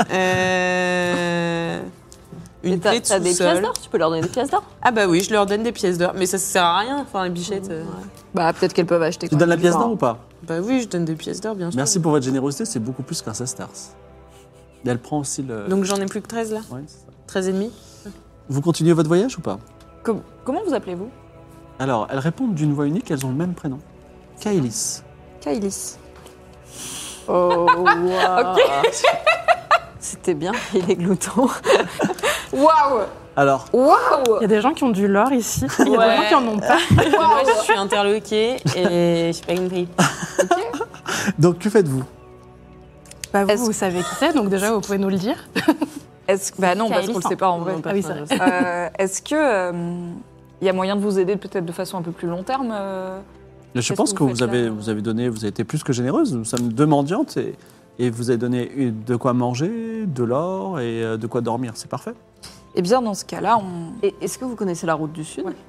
Euh... Et Une t'as clé de t'as des sous-sol. pièces d'or? Tu peux leur donner des pièces d'or? Ah bah oui, je leur donne des pièces d'or. Mais ça sert à rien, enfin, les bichettes. euh. Bah, peut-être qu'elles peuvent acheter. Tu donnes la pièce d'or ou pas? Bah oui, je donne des pièces d'or, bien sûr. Merci pour votre générosité, c'est beaucoup plus qu'un sesterce. Et elle prend aussi le... Donc j'en ai plus que treize là Ouais, c'est ça. treize et demi. Vous continuez votre voyage ou pas? Com- Comment vous appelez-vous? Alors, elles répondent d'une voix unique, elles ont le même prénom. Kaelis. Kailis. Oh, wow. C'était bien, il est glouton. Waouh! Alors, Waouh! Il y a des gens qui ont du lore ici. Il y a Ouais. des gens qui en ont pas. Moi, je suis interloquée et j'ai pas compris. donc que faites-vous? Bah, vous, Est-ce- vous savez qui c'est, donc déjà, vous pouvez nous le dire. Est-ce que... Bah non, parce qu'on le sait pas en vrai. Ah oui, c'est vrai. Euh, Est-ce que il y a moyen de vous aider peut-être de façon un peu plus long terme euh, Je Qu'est-ce pense que que vous vous faites avez, là vous avez donné, vous avez été plus que généreuse. Nous sommes deux mendiantes et, et vous avez donné une- de quoi manger, de l'or et euh, de quoi dormir. C'est parfait. Eh bien, dans ce cas-là, on... Et est-ce que vous connaissez la route du Sud? Ouais.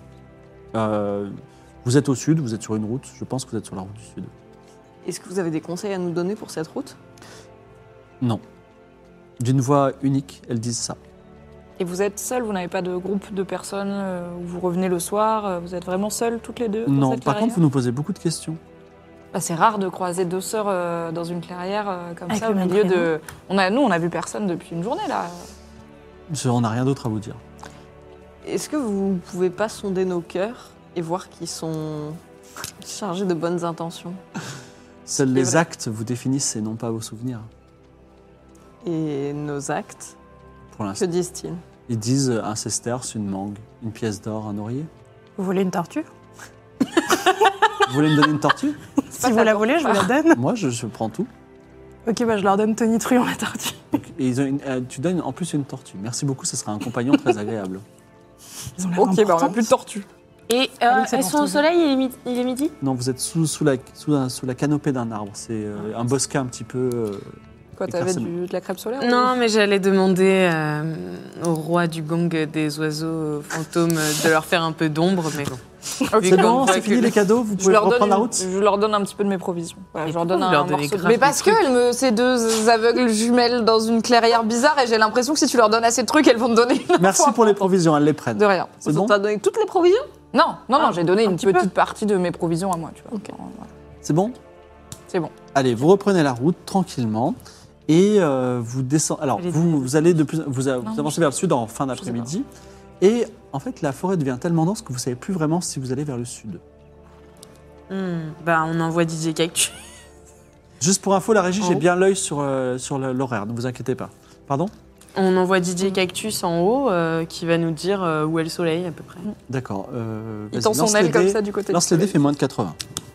Euh, vous êtes au sud, vous êtes sur une route. Je pense que vous êtes sur la route du sud. Est-ce que vous avez des conseils à nous donner pour cette route? Non. D'une voix unique, elles disent ça. Et vous êtes seul, vous n'avez pas de groupe de personnes euh, où vous revenez le soir, euh, vous êtes vraiment seules toutes les deux dans Non, cette par clairière contre, vous nous posez beaucoup de questions. Bah, c'est rare de croiser deux sœurs euh, dans une clairière euh, comme Avec ça au le même milieu prénom. de. On a, nous, on a vu personne depuis une journée là. Je- On n'a rien d'autre à vous dire. Est-ce que vous pouvez pas sonder nos cœurs et voir qu'ils sont chargés de bonnes intentions? Seuls C'est les vrai. actes vous définissent et non pas vos souvenirs. Et nos actes, Pour que l'instant, disent-ils? ils disent un sesterce, une mangue, une pièce d'or, un oreiller. Vous voulez une tortue? Vous voulez me donner une tortue? Si vous la voulez, je vous la donne. Moi, je, je prends tout. Ok, bah je leur donne Tony Truant, la tortue. Et ils ont une- euh, tu donnes en plus une tortue. Merci beaucoup, ce sera un compagnon très agréable. Ils ont l'air Ok, bah on n'a importants. plus de tortue. Et Ah oui, c'est elles pour sont au tout. soleil, il est, mi- il est midi Non, vous êtes sous, sous, la, sous, un- sous la canopée d'un arbre. C'est euh, un bosquet un petit peu. euh, Quoi, t'avais Éclaircissement. du- de la crêpe solaire? Non, mais j'allais demander euh, au roi du gang des oiseaux fantômes de leur faire un peu d'ombre, mais bon. Ok. Vu C'est qu'on bon, voit c'est que- fini les cadeaux, vous Je pouvez leur, donne reprendre la une- route. je leur donne un petit peu de mes provisions. Ouais, je leur donne pourquoi un vous leur donnez morceau de- grave Mais des parce que trucs elles me, ces deux aveugles jumelles dans une clairière bizarre et j'ai l'impression que si tu leur donnes assez de trucs, elles vont te donner une Merci info pour les importante. provisions, elles les prennent. De rien. C'est bon? T'as donné toutes les provisions? Non, non, non, Ah, j'ai donné un une petit petite peu. partie de mes provisions à moi, tu vois. Voilà. C'est bon? C'est bon. Allez, vous reprenez la route tranquillement et euh, vous descendez. Alors, Allez, vous, vous allez de plus, vous, a- vous Non, avancez vers le sud en fin d'après-midi et en fait, la forêt devient tellement dense que vous savez plus vraiment si vous allez vers le sud. Hmm, bah, on envoie D J Cactus. Juste pour info, la régie, En j'ai haut. bien l'œil sur, euh, sur le- l'horaire, ne vous inquiétez pas. Pardon? On envoie D J Cactus en haut euh, qui va nous dire euh, où est le soleil à peu près. D'accord. Euh, Il vas-y, tend son lance aile les comme dés. ça du côté. Lance les dés, fait moins de quatre-vingts.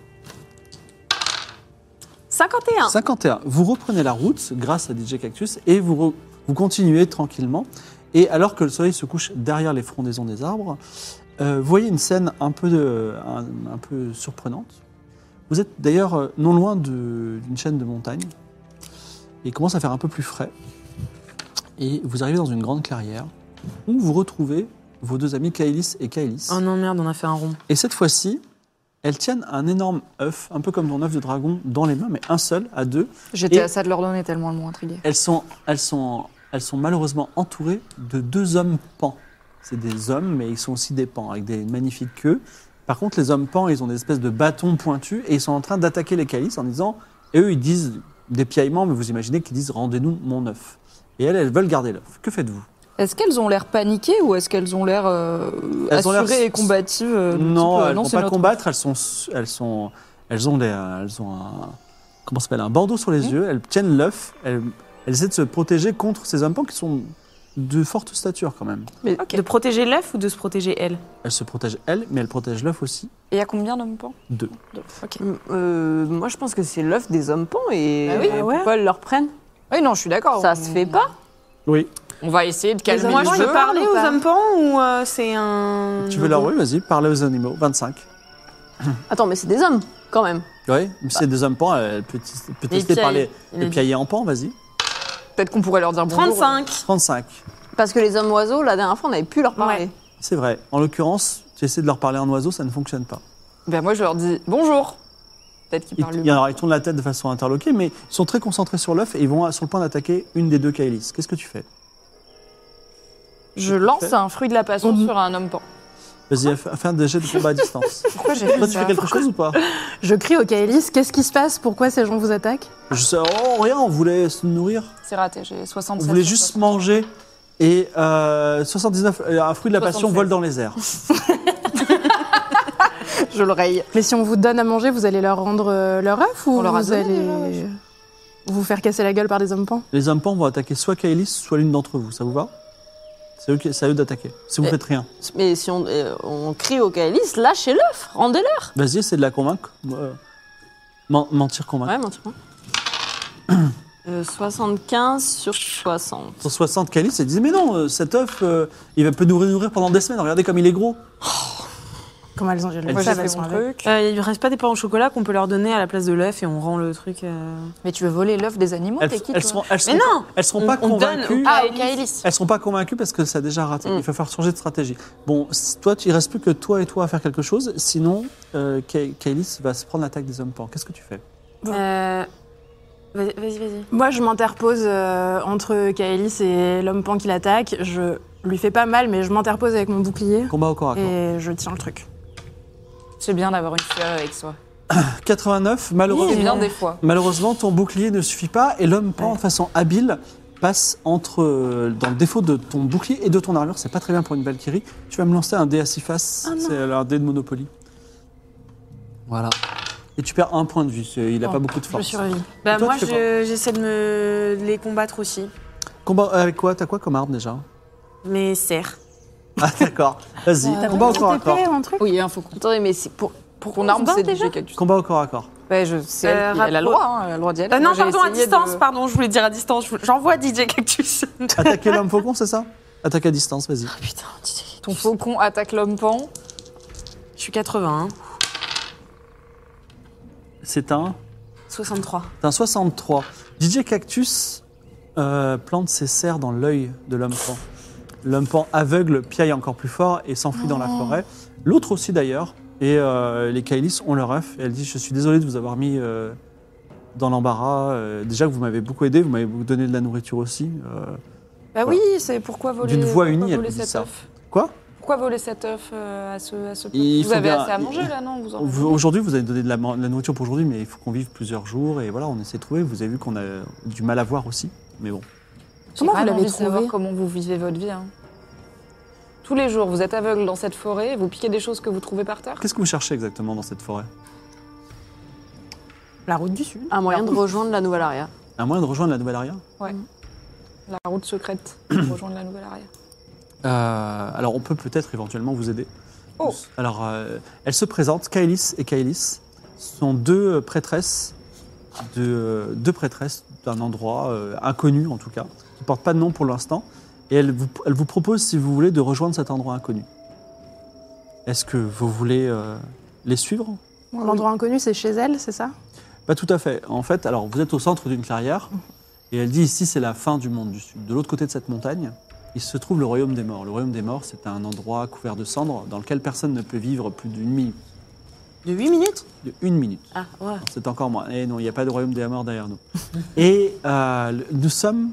cinquante et un. cinquante et un. Vous reprenez la route grâce à D J Cactus et vous, re- vous continuez tranquillement. Et alors que le soleil se couche derrière les frondaisons des arbres, euh, vous voyez une scène un peu, de- un, un peu surprenante. Vous êtes d'ailleurs euh, non loin de- d'une chaîne de montagnes. Et il commence à faire un peu plus frais. Et vous arrivez dans une grande clairière où vous retrouvez vos deux amis Kaelis et Kaelis. Oh non, merde, on a fait un rond. Et cette fois-ci, elles tiennent un énorme œuf, un peu comme ton œuf de dragon, dans les mains, mais un seul, à deux. J'étais Et- à ça de leur donner tellement elles m'ont intriguée. Elles sont, elles, sont, elles sont malheureusement entourées de deux hommes pans. C'est des hommes, mais ils sont aussi des pans, avec des magnifiques queues. Par contre, les hommes pans, ils ont des espèces de bâtons pointus, et ils sont en train d'attaquer les calices en disant... Et eux, ils disent des piaillements, mais vous imaginez qu'ils disent « rendez-nous mon œuf ». Et elles, elles veulent garder l'œuf. Que faites-vous? Est-ce qu'elles ont l'air paniquées ou est-ce qu'elles ont l'air euh, Elles ont l'air- assurées et combatives euh, du Non, type, euh, elles ne vont c'est pas notre- combattre, elles, sont, elles, sont, elles ont, des, elles ont un, comment ça s'appelle, un bandeau sur les Mmh. yeux, elles tiennent l'œuf, elles, elles essaient de se protéger contre ces hommes pans qui sont de forte stature quand même. Mais de protéger l'œuf ou de se protéger elle? Elle se protège elle, mais elle protège l'œuf aussi. Et il y a combien d'hommes pans? Deux. Ok. Euh, moi, je pense que c'est l'œuf des hommes pans et Bah oui. euh, Ouais. pourquoi ils le reprennent? Oui, non, je suis d'accord. Ça On- se fait pas. Oui. On va essayer de calmer Moi, le je jeu. peux parler ou aux pas hommes pans ou euh, c'est un. Tu veux leur oui, vas-y, parler aux animaux. vingt-cinq. Attends, mais c'est des hommes, quand même. Oui, si c'est des hommes pans, elle peut, peut Les tester par les, piailles. les Les- piaillés en pan, vas-y. Peut-être qu'on pourrait leur dire bonjour. trente-cinq. trente-cinq. Parce que les hommes oiseaux, la dernière fois, on n'avait plus leur parler. Ouais. C'est vrai. En l'occurrence, tu essaies de leur parler en oiseau, ça ne fonctionne pas. Ben moi, je leur dis bonjour. Peut-être qu'ils Ils, parlent il y en a- ils tournent la tête de façon interloquée, mais ils sont très concentrés sur l'œuf et ils vont sur le point d'attaquer une des deux Kailis. Qu'est-ce que tu fais? Je lance un fruit de la passion Mhm. sur un homme pan. Vas-y, fais fais un des jets de combat à distance. Pourquoi j'ai Toi, fait tu ça fais quelque chose ou pas? Je crie au Kaelis, qu'est-ce qui se passe? Pourquoi ces gens vous attaquent? Je sais, oh, rien, on voulait se nourrir. C'est raté, j'ai On soixante-sept. voulait juste manger. Et euh, soixante-dix-neuf, euh, un fruit de la passion soixante-seize. vole dans les airs. Je le raye. Mais si on vous donne à manger, vous allez leur rendre euh, leur œuf ou On leur a vous donné, allez déjà, vous faire casser la gueule par des hommes pans? Les hommes pans vont attaquer soit Kailis, soit l'une d'entre vous. Ça vous va? C'est eux qui- c'est à eux d'attaquer. Si vous Et- faites rien. Mais si on, euh, on crie au Kaelis, lâchez l'œuf, rendez-leur. Vas-y, essaie de la convaincre. Euh, men- mentir, convaincre. Ouais, mentir. Euh, soixante-quinze sur soixante. Sur soixante Kailis, ils disent mais non, euh, cet œuf, euh, il va peut nous nourrir pendant des semaines. Regardez comme il est gros. Comment elles ont géré Moi, ça? j'ai Elles fait sont mon avec. truc. Euh, il ne reste pas des pains au chocolat qu'on peut leur donner à la place de l'œuf et on rend le truc. euh, Mais tu veux voler l'œuf des animaux? Elles, T'es qui, elles toi seront, elles seront Mais pas- non elles seront On- pas on donne convaincues. au- Ah, au Kaelis. Elles seront pas convaincues parce que ça a déjà raté. Mm. Il va falloir changer de stratégie. Bon, si toi, il reste plus que toi et toi à faire quelque chose. Sinon, euh, Ka- Kailis va se prendre l'attaque des hommes pans. Qu'est-ce que tu fais? euh, Vas-y, vas-y. vas-y. Moi, je m'interpose euh, entre Kaelis et l'homme pan qui l'attaque. Je lui fais pas mal, mais je m'interpose avec mon bouclier Combat au corps à corps. et je tiens le truc. C'est bien d'avoir une fleur avec soi. quatre-vingt-neuf, C'est malheureusement. bien des fois. Malheureusement, ton bouclier ne suffit pas et l'homme pan, Ouais. de façon habile, passe entre, euh, dans le défaut de ton bouclier et de ton armure. C'est pas très bien pour une Valkyrie. Tu vas me lancer un dé à six faces. Ah non. C'est un dé de Monopoly. Voilà. Et tu perds un point de vie. C'est- Il n'a Oh, pas beaucoup de Je force. survis. Bah, Et toi, moi, tu fais je- j'essaie de me de les combattre aussi. Combat avec quoi? T'as quoi comme arme déjà? Mes serres. Ah d'accord. Vas-y. T'as Combat pas au corps à une épée corps. ou un truc? Oui, il y a un faucon. Attendez, mais c'est pour. Pour qu'on arme, se bat c'est déjà D J Cactus. Combat au corps à corps. Ouais, je sais, Euh, elle, elle a le rappro- droit, hein, elle a le droit d'y aller. Euh, Moi, non, j'ai pardon, à essayé distance, de- pardon, je voulais dire à distance. Je- J'envoie D J Cactus. Attaquer l'homme faucon, c'est ça? Attaque à distance, vas-y. Putain, D J Cactus. Ton faucon attaque l'homme pan. Je suis quatre-vingts, hein. C'est un, soixante-trois. c'est un soixante-trois. D J Cactus euh, plante ses serres dans l'œil de l'homme pan. L'homme pan aveugle piaille encore plus fort et s'enfuit dans la forêt. L'autre aussi d'ailleurs. Et euh, les Kailis ont leur œuf. Et elle dit, je suis désolée de vous avoir mis euh, dans l'embarras. Euh, déjà que vous m'avez beaucoup aidé, vous m'avez donné de la nourriture aussi. Euh, Bah Voilà. oui, c'est pourquoi voler. D'une voix pourquoi unie, elle voler vous dit cet ça. œuf Quoi? Pourquoi voler cet œuf euh, à ce, à ce Il Vous faut avez bien- assez à il- manger là, non vous en avez Vous- Aujourd'hui, vous avez donné de la, de la nourriture pour aujourd'hui, mais il faut qu'on vive plusieurs jours. Et voilà, on essaie de trouver. Vous avez vu qu'on a du mal à voir aussi. Mais bon. J'ai Comment quand vous même l'avez envie de savoir trouvé? comment vous vivez votre vie. hein. Tous les jours, vous êtes aveugle dans cette forêt, vous piquez des choses que vous trouvez par terre. Qu'est-ce que vous cherchez exactement dans cette forêt? La route du Sud. Un moyen de rejoindre la nouvelle aria. Un moyen de rejoindre la nouvelle aria? La route secrète pour rejoindre la nouvelle arrière. Euh, alors, on peut peut-être éventuellement vous aider. Oh. Alors, euh, elles se présentent, Kailis et Kailis sont deux prêtresses, de, deux prêtresses d'un endroit euh, inconnu en tout cas, qui ne portent pas de nom pour l'instant, et elles vous, elles vous proposent, si vous voulez, de rejoindre cet endroit inconnu. Est-ce que vous voulez euh, les suivre? L'endroit inconnu, c'est chez elle, c'est ça? Pas tout à fait. En fait, alors vous êtes au centre d'une clairière, et elle dit ici c'est la fin du monde du Sud. De l'autre côté de cette montagne, il se trouve le royaume des morts. Le royaume des morts, c'est un endroit couvert de cendres dans lequel personne ne peut vivre plus d'une minute. De huit minutes? De une minute. Ah, ouais. C'est encore moins. Et non, il n'y a pas de royaume des morts derrière nous. Et euh, le- nous sommes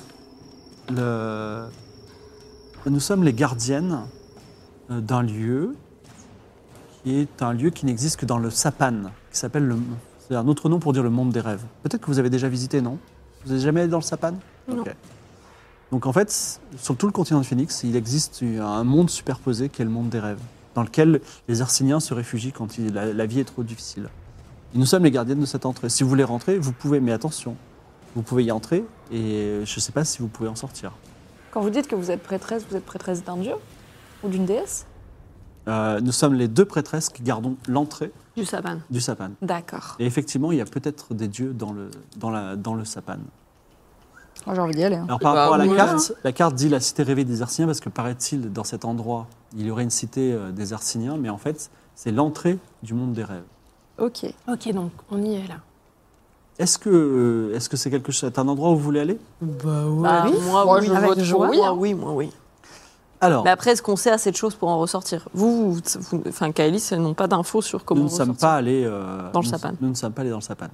le, nous sommes les gardiennes euh, d'un lieu qui est un lieu qui n'existe que dans le Sapan, qui s'appelle le. C'est un autre nom pour dire le monde des rêves. Peut-être que vous avez déjà visité, non? Vous n'êtes jamais allé dans le Sapan? Non. Ok. Donc en fait, sur tout le continent de Phoenix, il existe un monde superposé qui est le monde des rêves, dans lequel les Arsiniens se réfugient quand il- la, la vie est trop difficile. Et nous sommes les gardiennes de cette entrée. Si vous voulez rentrer, vous pouvez, mais attention, vous pouvez y entrer et je ne sais pas si vous pouvez en sortir. Quand vous dites que vous êtes prêtresse, vous êtes prêtresse d'un dieu ou d'une déesse? Euh, nous sommes les deux prêtresses qui gardons l'entrée Du sapin. du sapin. D'accord. Et effectivement, il y a peut-être des dieux dans le, dans la, dans le sapin. Moi, j'ai envie d'y aller. hein. Alors par Bah, rapport à la oui. carte, la carte dit la cité rêvée des Arsiniens parce que paraît-il, dans cet endroit, il y aurait une cité euh, des Arsiniens, mais en fait, c'est l'entrée du monde des rêves. Ok. Ok, donc on y est là. Est-ce que euh, est-ce que c'est quelque chose, c'est un endroit où vous voulez aller? Bah ouais. Bah, oui. moi, Moi, oui. je Avec vote joie. pour oui, Moi, hein. oui, moi, oui. Alors, Mais après, est-ce qu'on sait assez de choses pour en ressortir? Vous, vous, vous- enfin, Kaelis, elles n'ont pas d'infos sur comment nous ne sommes ressortir. pas allés euh, Dans le nous- sapin. Nous ne sommes pas allés dans le sapin.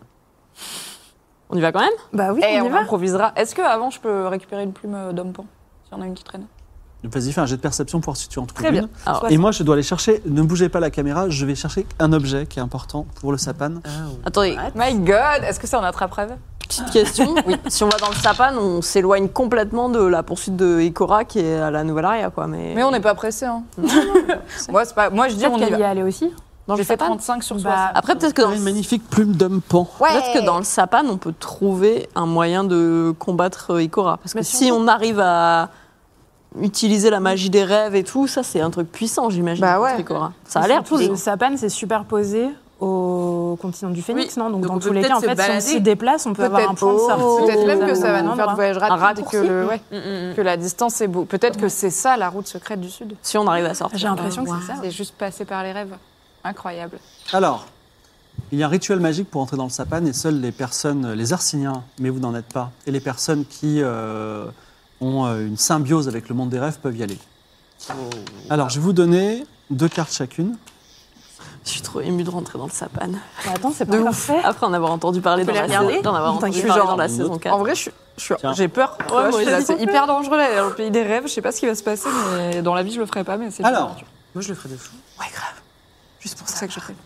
On y va quand même? Bah oui, Et on y on va. improvisera. Est-ce que avant je peux récupérer une plume euh, d'homme pan? S'il y en a une qui traîne. Vas-y, fais un jet de perception pour voir si tu en trouves Très bien. une. Alors, Et moi, je dois aller chercher. Ne bougez pas la caméra. Je vais chercher un objet qui est important pour le sapin. Ah, ouais. attendez, My God, est-ce que c'est en attrape-rêve? petite question. Oui. Si on va dans le sapin, on s'éloigne complètement de la poursuite de Ikora qui est à la nouvelle aria, quoi. Mais, Mais on n'est pas pressé. Hein. moi, c'est pas. Moi, je dis Peut-être on y qu'elle y est va. allée aussi. dans le J'ai fait sapin. trente-cinq sur Bah, soixante. Après, peut-être que dans Une magnifique plume d'homme pan. Peut-être que dans le sapin, on peut trouver un moyen de combattre Ikora. Parce que Mais si surtout- on arrive à utiliser la magie des rêves et tout, ça, c'est un truc puissant, j'imagine, Bah contre ouais. Ikora. Ça a l'air Surtout, puissant. le sapin, c'est superposé au continent du Phénix, Oui, non? Donc, donc dans on tous peut les cas, en peut-être fait, se si on balader. s'y déplace, on peut avoir un point de sortie. Peut-être même que euh, ça va un nous faire du voyage Un rapide et raccourci. que, le, ouais, Mm, mm. que la distance est beau. Peut-être que c'est ça la route secrète du Sud. Si on arrive à sortir. J'ai l'impression que Wow. c'est ça. C'est juste passer par les rêves. Incroyable. Alors, il y a un rituel magique pour entrer dans le sapin et seules les personnes, les Arsiniens, mais vous n'en êtes pas, et les personnes qui euh, ont euh, une symbiose avec le monde des rêves peuvent y aller. Alors, je vais vous donner deux cartes chacune. Je suis trop émue de rentrer dans le sapin. Mais attends, c'est pas encore fait. Après en avoir entendu parler On dans peut la, les regarder saison- d'en avoir Attends, entendu je suis parler genre dans la une saison autre. quatre. En vrai, je suis- je suis- Tiens. j'ai peur. Tu vois, moi je suis là, aussi. c'est hyper dangereux là, dans le pays des rêves. Je sais pas ce qui va se passer, mais dans la vie, je le ferai pas. Mais c'est Alors. bien. Moi, je le ferais de fou. Ouais, grave. Juste pour ça que je fais.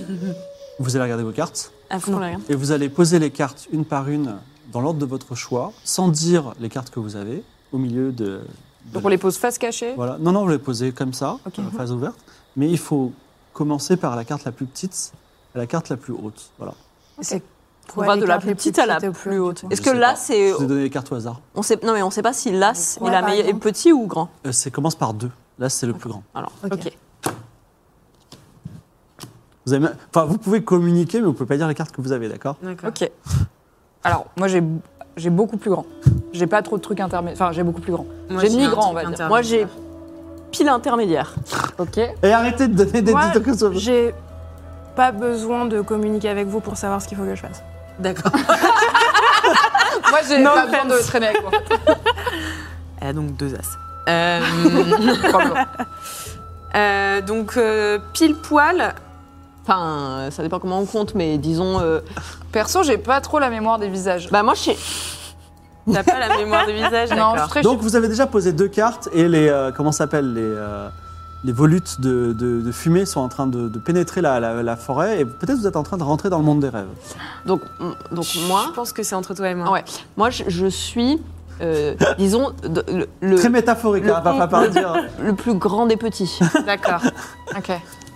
Vous allez regarder vos cartes Ah, faut qu'on la regarde. et vous allez poser les cartes une par une dans l'ordre de votre choix, sans dire les cartes que vous avez, au milieu de... de Donc on les pose face cachée. Voilà. Non, non, vous les posez comme ça, Ok. euh, face ouverte. Mais il faut commencer par la carte la plus petite à la carte la plus haute. Voilà. C'est On quoi, va les de la cartes plus les petite à la petites et aux plus haute. du coup Est-ce Je que sais là, pas. c'est. Je vous ai donné les cartes au hasard. On sait... Non, mais on sait pas si l'as Ouais, est, la par meilleure- est exemple. petit ou grand. Euh, c'est commence par deux. Là, c'est le plus grand. Alors, Ok. ok. Vous, avez même- enfin, vous pouvez communiquer, mais vous ne pouvez pas dire les cartes que vous avez, d'accord? D'accord. Ok. Alors, moi, j'ai j'ai beaucoup plus grand. J'ai pas trop de trucs intermédiaires. Enfin, j'ai beaucoup plus grand. Moi, J'ai j'ai mi-grand, un on va truc dire. Moi, j'ai intermédiaire. pile intermédiaire. Ok. Et arrêtez de donner des Moi, titres que ça. j'ai pas besoin de communiquer avec vous pour savoir ce qu'il faut que je fasse. D'accord. Moi, j'ai No pas besoin offense. de traîner avec moi. Elle a donc deux as. Euh, Probablement. euh, donc, euh, pile poil. Enfin, euh, ça dépend comment on compte, mais disons. euh, Perso, j'ai pas trop la mémoire des visages. Bah, moi, je sais. T'as pas la mémoire de visage, non, je suis d'accord. très Donc, vous avez déjà posé deux cartes et les. euh, comment ça s'appelle les, euh, les volutes de, de- de fumée sont en train de, de pénétrer la, la- la forêt et peut-être vous êtes en train de rentrer dans le monde des rêves. Donc, m- donc moi. Je pense que c'est entre toi et moi. Ah ouais. Moi, je, je suis. euh, disons. de- le, le- Très métaphorique, le- hein, va pas pas dire. le plus grand des petits. D'accord. Ok.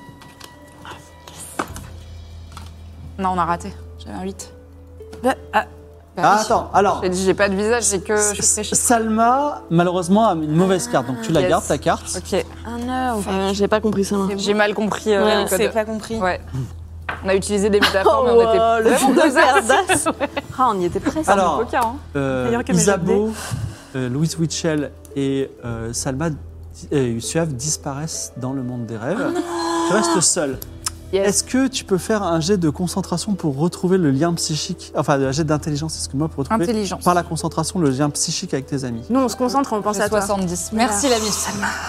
Non, on a raté. J'avais un huit. Bah, ah, Bah Ah, oui. attends, alors. J'ai dit, j'ai pas de visage, j'ai que. Je suis très chic. Salma, malheureusement, a une mauvaise carte, donc tu la Yes. gardes, ta carte. Ok. un neuf. Euh, J'ai pas compris ça. J'ai mal compris euh, Ouais, les codes. C'est pas compris. Ouais. On a utilisé des métaphores, Oh, mais on était wow, le vraiment film de deux as. Verdas. Ah, on y était presque. Alors, Poker, hein. euh, D'ailleurs, comme Isabeau, euh, Louise Witchell et euh, Salma et Suave disparaissent dans le monde des rêves. Tu restes seul. Yes. Est-ce que tu peux faire un jet de concentration pour retrouver le lien psychique, enfin un jet d'intelligence, excuse-moi, pour retrouver Intelligence. par la concentration le lien psychique avec tes amis? Nous, on se concentre, on pense J'ai à toi. soixante-dix. Merci la miss.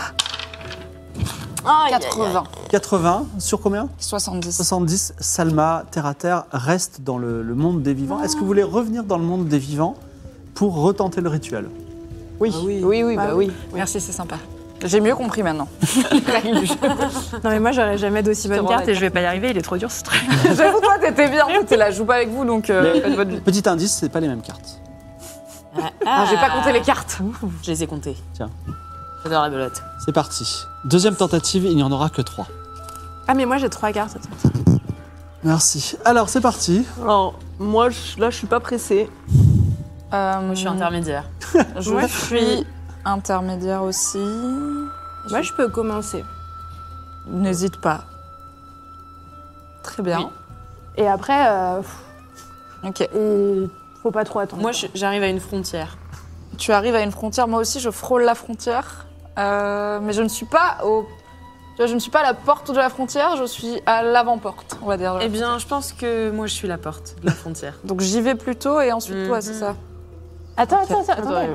Ah, quatre-vingts. quatre-vingts, sur combien? soixante-dix. soixante-dix, Salma, terre à terre, reste dans le, le monde des vivants. Est-ce que vous voulez revenir dans le monde des vivants pour retenter le rituel? Oui. oui, oui, oui, Ah bah oui. oui. Merci, c'est sympa. J'ai mieux compris maintenant. Les règles du jeu. Non, mais moi, j'aurais jamais d'aussi bonne rends carte la et je vais pas y arriver, il est trop dur ce truc. J'avoue, toi, t'étais bien. T'es là, je joue pas avec vous, donc euh, Mais- faites votre vie. Petit indice, c'est pas les mêmes cartes. Ah, j'ai pas compté les cartes. Je les ai comptés. Tiens. J'adore la belote. C'est parti. Deuxième tentative, il n'y en aura que trois. Ah, mais moi, j'ai trois cartes. Merci. Alors, c'est parti. Alors, moi, je- là, je suis pas pressée. Euh, Moi, je suis intermédiaire. Je Ouais. suis intermédiaire aussi. Moi, je peux commencer. N'hésite pas. Très bien. Oui. Et après, euh, Ok. il faut pas trop attendre. Moi, je- j'arrive à une frontière. Tu arrives à une frontière, moi aussi je frôle la frontière, euh, mais je ne suis pas au, tu vois, je ne suis pas à la porte de la frontière, je suis à l'avant-porte, on va dire. de la Eh bien, frontière. je pense que moi, je suis la porte de la frontière. Donc j'y vais plus tôt et ensuite toi, Mhm. c'est ça. Attends, Ok. attends, attends, attendez.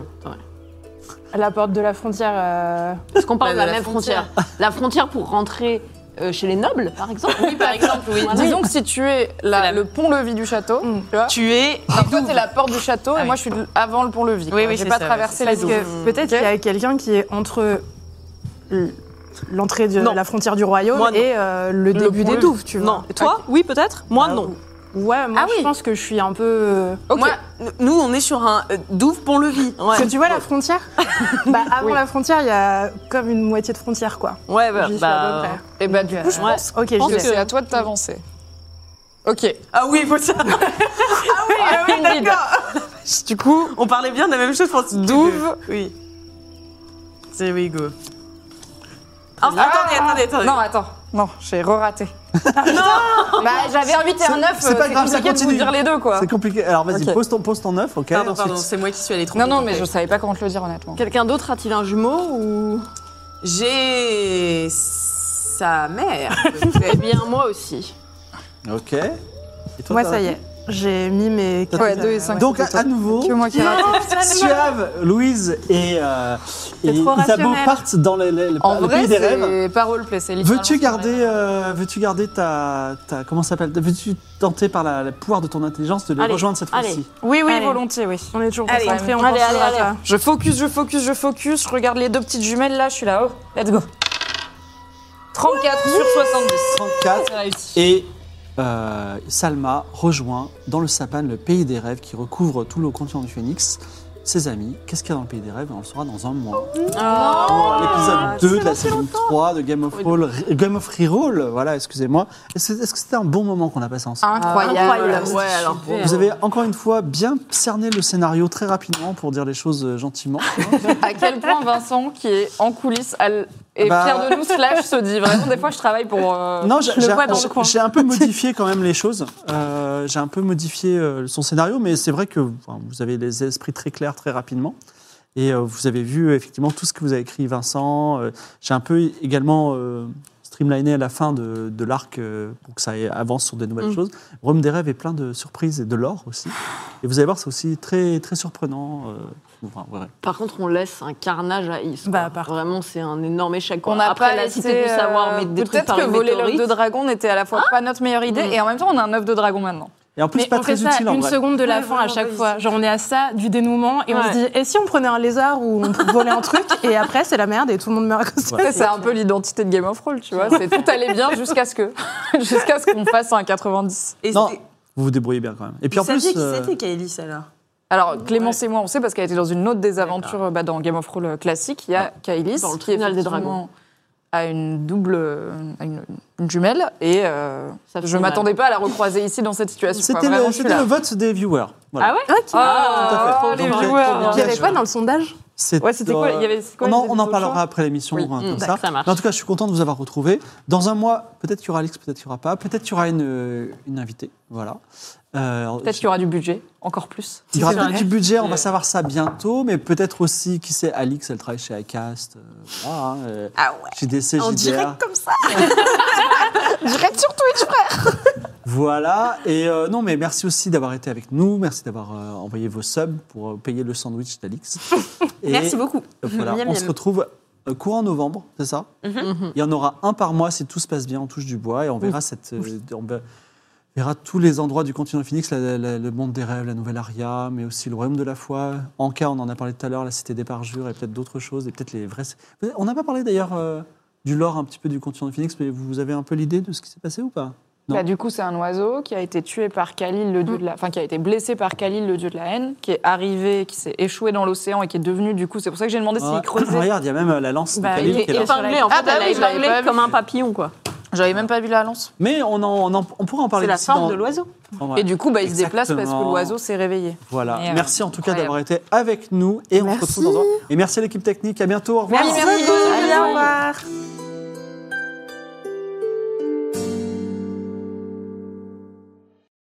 À la porte de la frontière. euh, Parce qu'on parle Bah, de la, de la même frontière. frontière. La frontière pour rentrer euh, chez les nobles, par exemple. Oui, par exemple, oui. Disons que si tu es la- la- le pont-levis du château, Mm. tu vois, Tu es. donc toi t'es la porte du château Ah et oui. moi je suis avant le pont-levis. Oui, quoi. oui, J'ai c'est pas ça, traversé Parce les que douves. peut-être Ok. qu'il y a quelqu'un qui est entre l- l'entrée de Non. la frontière du royaume Moi, non. et euh, le début des pont-levis. douves, tu vois. Non. Et toi, oui, peut-être. Moi, Bah, non. Ouais, moi Ah je oui. pense que je suis un peu. euh, Ok. Moi, n- nous, on est sur un euh, douve pont-levis. Parce que tu vois la frontière Bah avant la frontière, il y a comme une moitié de frontière quoi. Ouais, bah. J'y suis bah, à peu près. Et bah du coup je ouais. pense Ok, que j'y pense vais. c'est à toi de t'avancer. Ok. Ah oui, faut ça. ah oui, ah oui, d'accord. Du coup, On parlait bien de la même chose pour douve. Oui. C'est oui, go. Ah, attendez, attendez, attendez. Non, attends. Non, j'ai re-raté. non Bah, j'avais un huit et un neuf. c'est pas grave, ça compliqué de vous continue. dire les deux, quoi. C'est compliqué. Alors vas-y, Ok. pose ton, pose ton œuf, ok. Pardon, ensuite- pardon, c'est moi qui suis allée trop Non, vite, non, en mais fait. je savais pas comment te le dire, honnêtement. Quelqu'un d'autre a-t-il un jumeau ou. J'ai sa mère. Eh bien, moi aussi. Ok. Et toi, Moi t'as- ça y est, j'ai mis mes. Ouais, deux et cinq. Donc à, à nouveau, Que moi qui rate. Suave, Louise et, euh, et trop Isabeau rationnel. partent dans le, le- le- En le vrai, pays des rêves. c'est pas roleplay, c'est littéralement Veux-tu ce qu'on garder, va dire. euh, veux-tu garder ta, ta comment ça s'appelle Veux-tu tenter par la, le pouvoir de ton intelligence de le Allez, rejoindre cette allez. fois-ci? Oui, oui, Allez. volontiers, oui. On est toujours Allez, concentrés, on allez, continuera allez, ça. allez. Je focus, je focus, je focus, je regarde les deux petites jumelles là, je suis là, oh, let's go. trente-quatre sur soixante-dix. trente-quatre. C'est réussi. Et euh, Salma rejoint dans le sapin le pays des rêves qui recouvre tout le continent du Phénix. Ses amis, qu'est-ce qu'il y a dans le pays des rêves? On le saura dans un mois. Pour l'épisode deux de la saison trois de Game of Roll, Game of Reroll, voilà, excusez-moi. Est-ce est-ce que c'était un bon moment qu'on a passé ensemble? Incroyable. Ouais, alors. Vous avez encore une fois bien cerné le scénario très rapidement pour dire les choses euh, gentiment. À quel point Vincent, qui est en coulisses, elle est Bah- fier de nous, slash se dit vraiment, des fois je travaille pour. euh, Non, j'ai je le j'ai- vois dans j'ai- le coin. j'ai un peu modifié quand même les choses. Euh, j'ai un peu modifié euh, son scénario, mais c'est vrai que enfin, vous avez les esprits très clairs très rapidement. Et euh, vous avez vu euh, effectivement tout ce que vous avez écrit, Vincent. Euh, j'ai un peu également euh, streamliné à la fin de, de l'arc euh, pour que ça aille- avance sur des nouvelles Mm. choses. Rome des rêves est plein de surprises et de lore aussi. Et vous allez voir, c'est aussi très, très surprenant. euh, enfin, ouais. Par contre, on laisse un carnage à Is. quoi. Bah, par- Vraiment, c'est un énorme échec. quoi. On n'a Après pas la laissé, cité du savoir, euh, mais des trucs peut-être par que une voler l'œuf météorite. de dragon n'était à la fois pas notre meilleure idée Mm. et en même temps on a un œuf de dragon maintenant. Et en plus, Mais pas on très fait ça utile en une vrai. seconde de la Ouais, fin à vraiment, chaque vas-y. fois. Genre on est à ça du dénouement et on Ouais. se dit et si on prenait un lézard ou on volait un truc et après c'est la merde et tout le monde meurt à cause de Ouais. ça. C'est un peu l'identité de Game of Thrones, tu vois. C'est tout allait bien jusqu'à ce que, jusqu'à ce qu'on fasse un quatre-vingt-dix. Et Non, c'était- vous vous débrouillez bien quand même. Et puis Vous en plus, saviez qui euh, c'était Kaelis alors? Alors Clémence et moi, on sait parce qu'elle était dans une autre des aventures bah, dans Game of Thrones classique. Il y a Kaelis Dans le qui tribunal des effectivement dragons. a une double, a une, une jumelle et euh, Ça fait je mal. m'attendais pas à la recroiser ici dans cette situation. quoi. c'était Vraiment, le, je suis c'était là. le vote des viewers. Voilà. Ah ouais Ok. Ah, Tout à fait. oh, les Donc, viewers. euh, Il y avait quoi dans le sondage? C'est, Ouais, c'était quoi euh, Il y avait c'est quoi on les en, on en autres parlera choix après l'émission, Oui. hein, Mmh, comme d'accord, ça. ça marche. Mais en tout cas, je suis content de vous avoir retrouvé. Dans un mois, peut-être qu'il y aura Alix, peut-être qu'il n'y aura pas. Peut-être qu'il y aura une, euh, une invitée. Voilà. Euh, Peut-être qu'il y aura du budget, encore plus. il y aura C'est peut-être vrai. du budget, on va Ouais. savoir ça bientôt, mais peut-être aussi, qui sait, Alix, elle travaille chez Acast. Euh, voilà, hein, euh, Ah ouais. J D C, En J D R. direct comme ça. Direct sur Twitch. Voilà, et euh, non, mais merci aussi d'avoir été avec nous, merci d'avoir euh, envoyé vos subs pour euh, payer le sandwich d'Alix. Et, Merci beaucoup. euh, voilà, Miam, on miam. se retrouve euh, courant novembre, c'est ça? Mhm. Il y en aura un par mois si tout se passe bien, on touche du bois, et on verra, cette, euh, on ver- verra tous les endroits du continent Phoenix, la- la- le monde des rêves, la nouvelle Aria, mais aussi le royaume de la foi. Anka, on en a parlé tout à l'heure, la cité des parjures, et peut-être d'autres choses, et peut-être les vrais... On n'a pas parlé d'ailleurs euh, du lore un petit peu du continent Phoenix, mais vous avez un peu l'idée de ce qui s'est passé ou pas? Non. Bah, du coup, c'est un oiseau qui a été tué par Khalil, le dieu de la, enfin qui a été blessé par Khalil, le dieu de la haine, qui est arrivé, qui s'est échoué dans l'océan et qui est devenu du coup. C'est pour ça que j'ai demandé s'il Ouais. creusait. Regarde, il y a même euh, la lance Bah, de Il Khalil est qui est là. épinglé, en Ah fait, bah elle oui, est je l'avais épinglée pas vu. comme un papillon, quoi. J'avais même pas vu la lance. Mais on, en, on, en- on pourra en parler C'est la d'ici forme dans- de l'oiseau. en vrai. Et du coup, bah, il se déplace parce que Exactement. l'oiseau s'est réveillé. Voilà. Et, euh, merci en tout cas incroyable. d'avoir été avec nous et on se Merci. retrouve dans un... Et merci à l'équipe technique. À bientôt. Au revoir. Merci, Merci. merci. Allez, au revoir.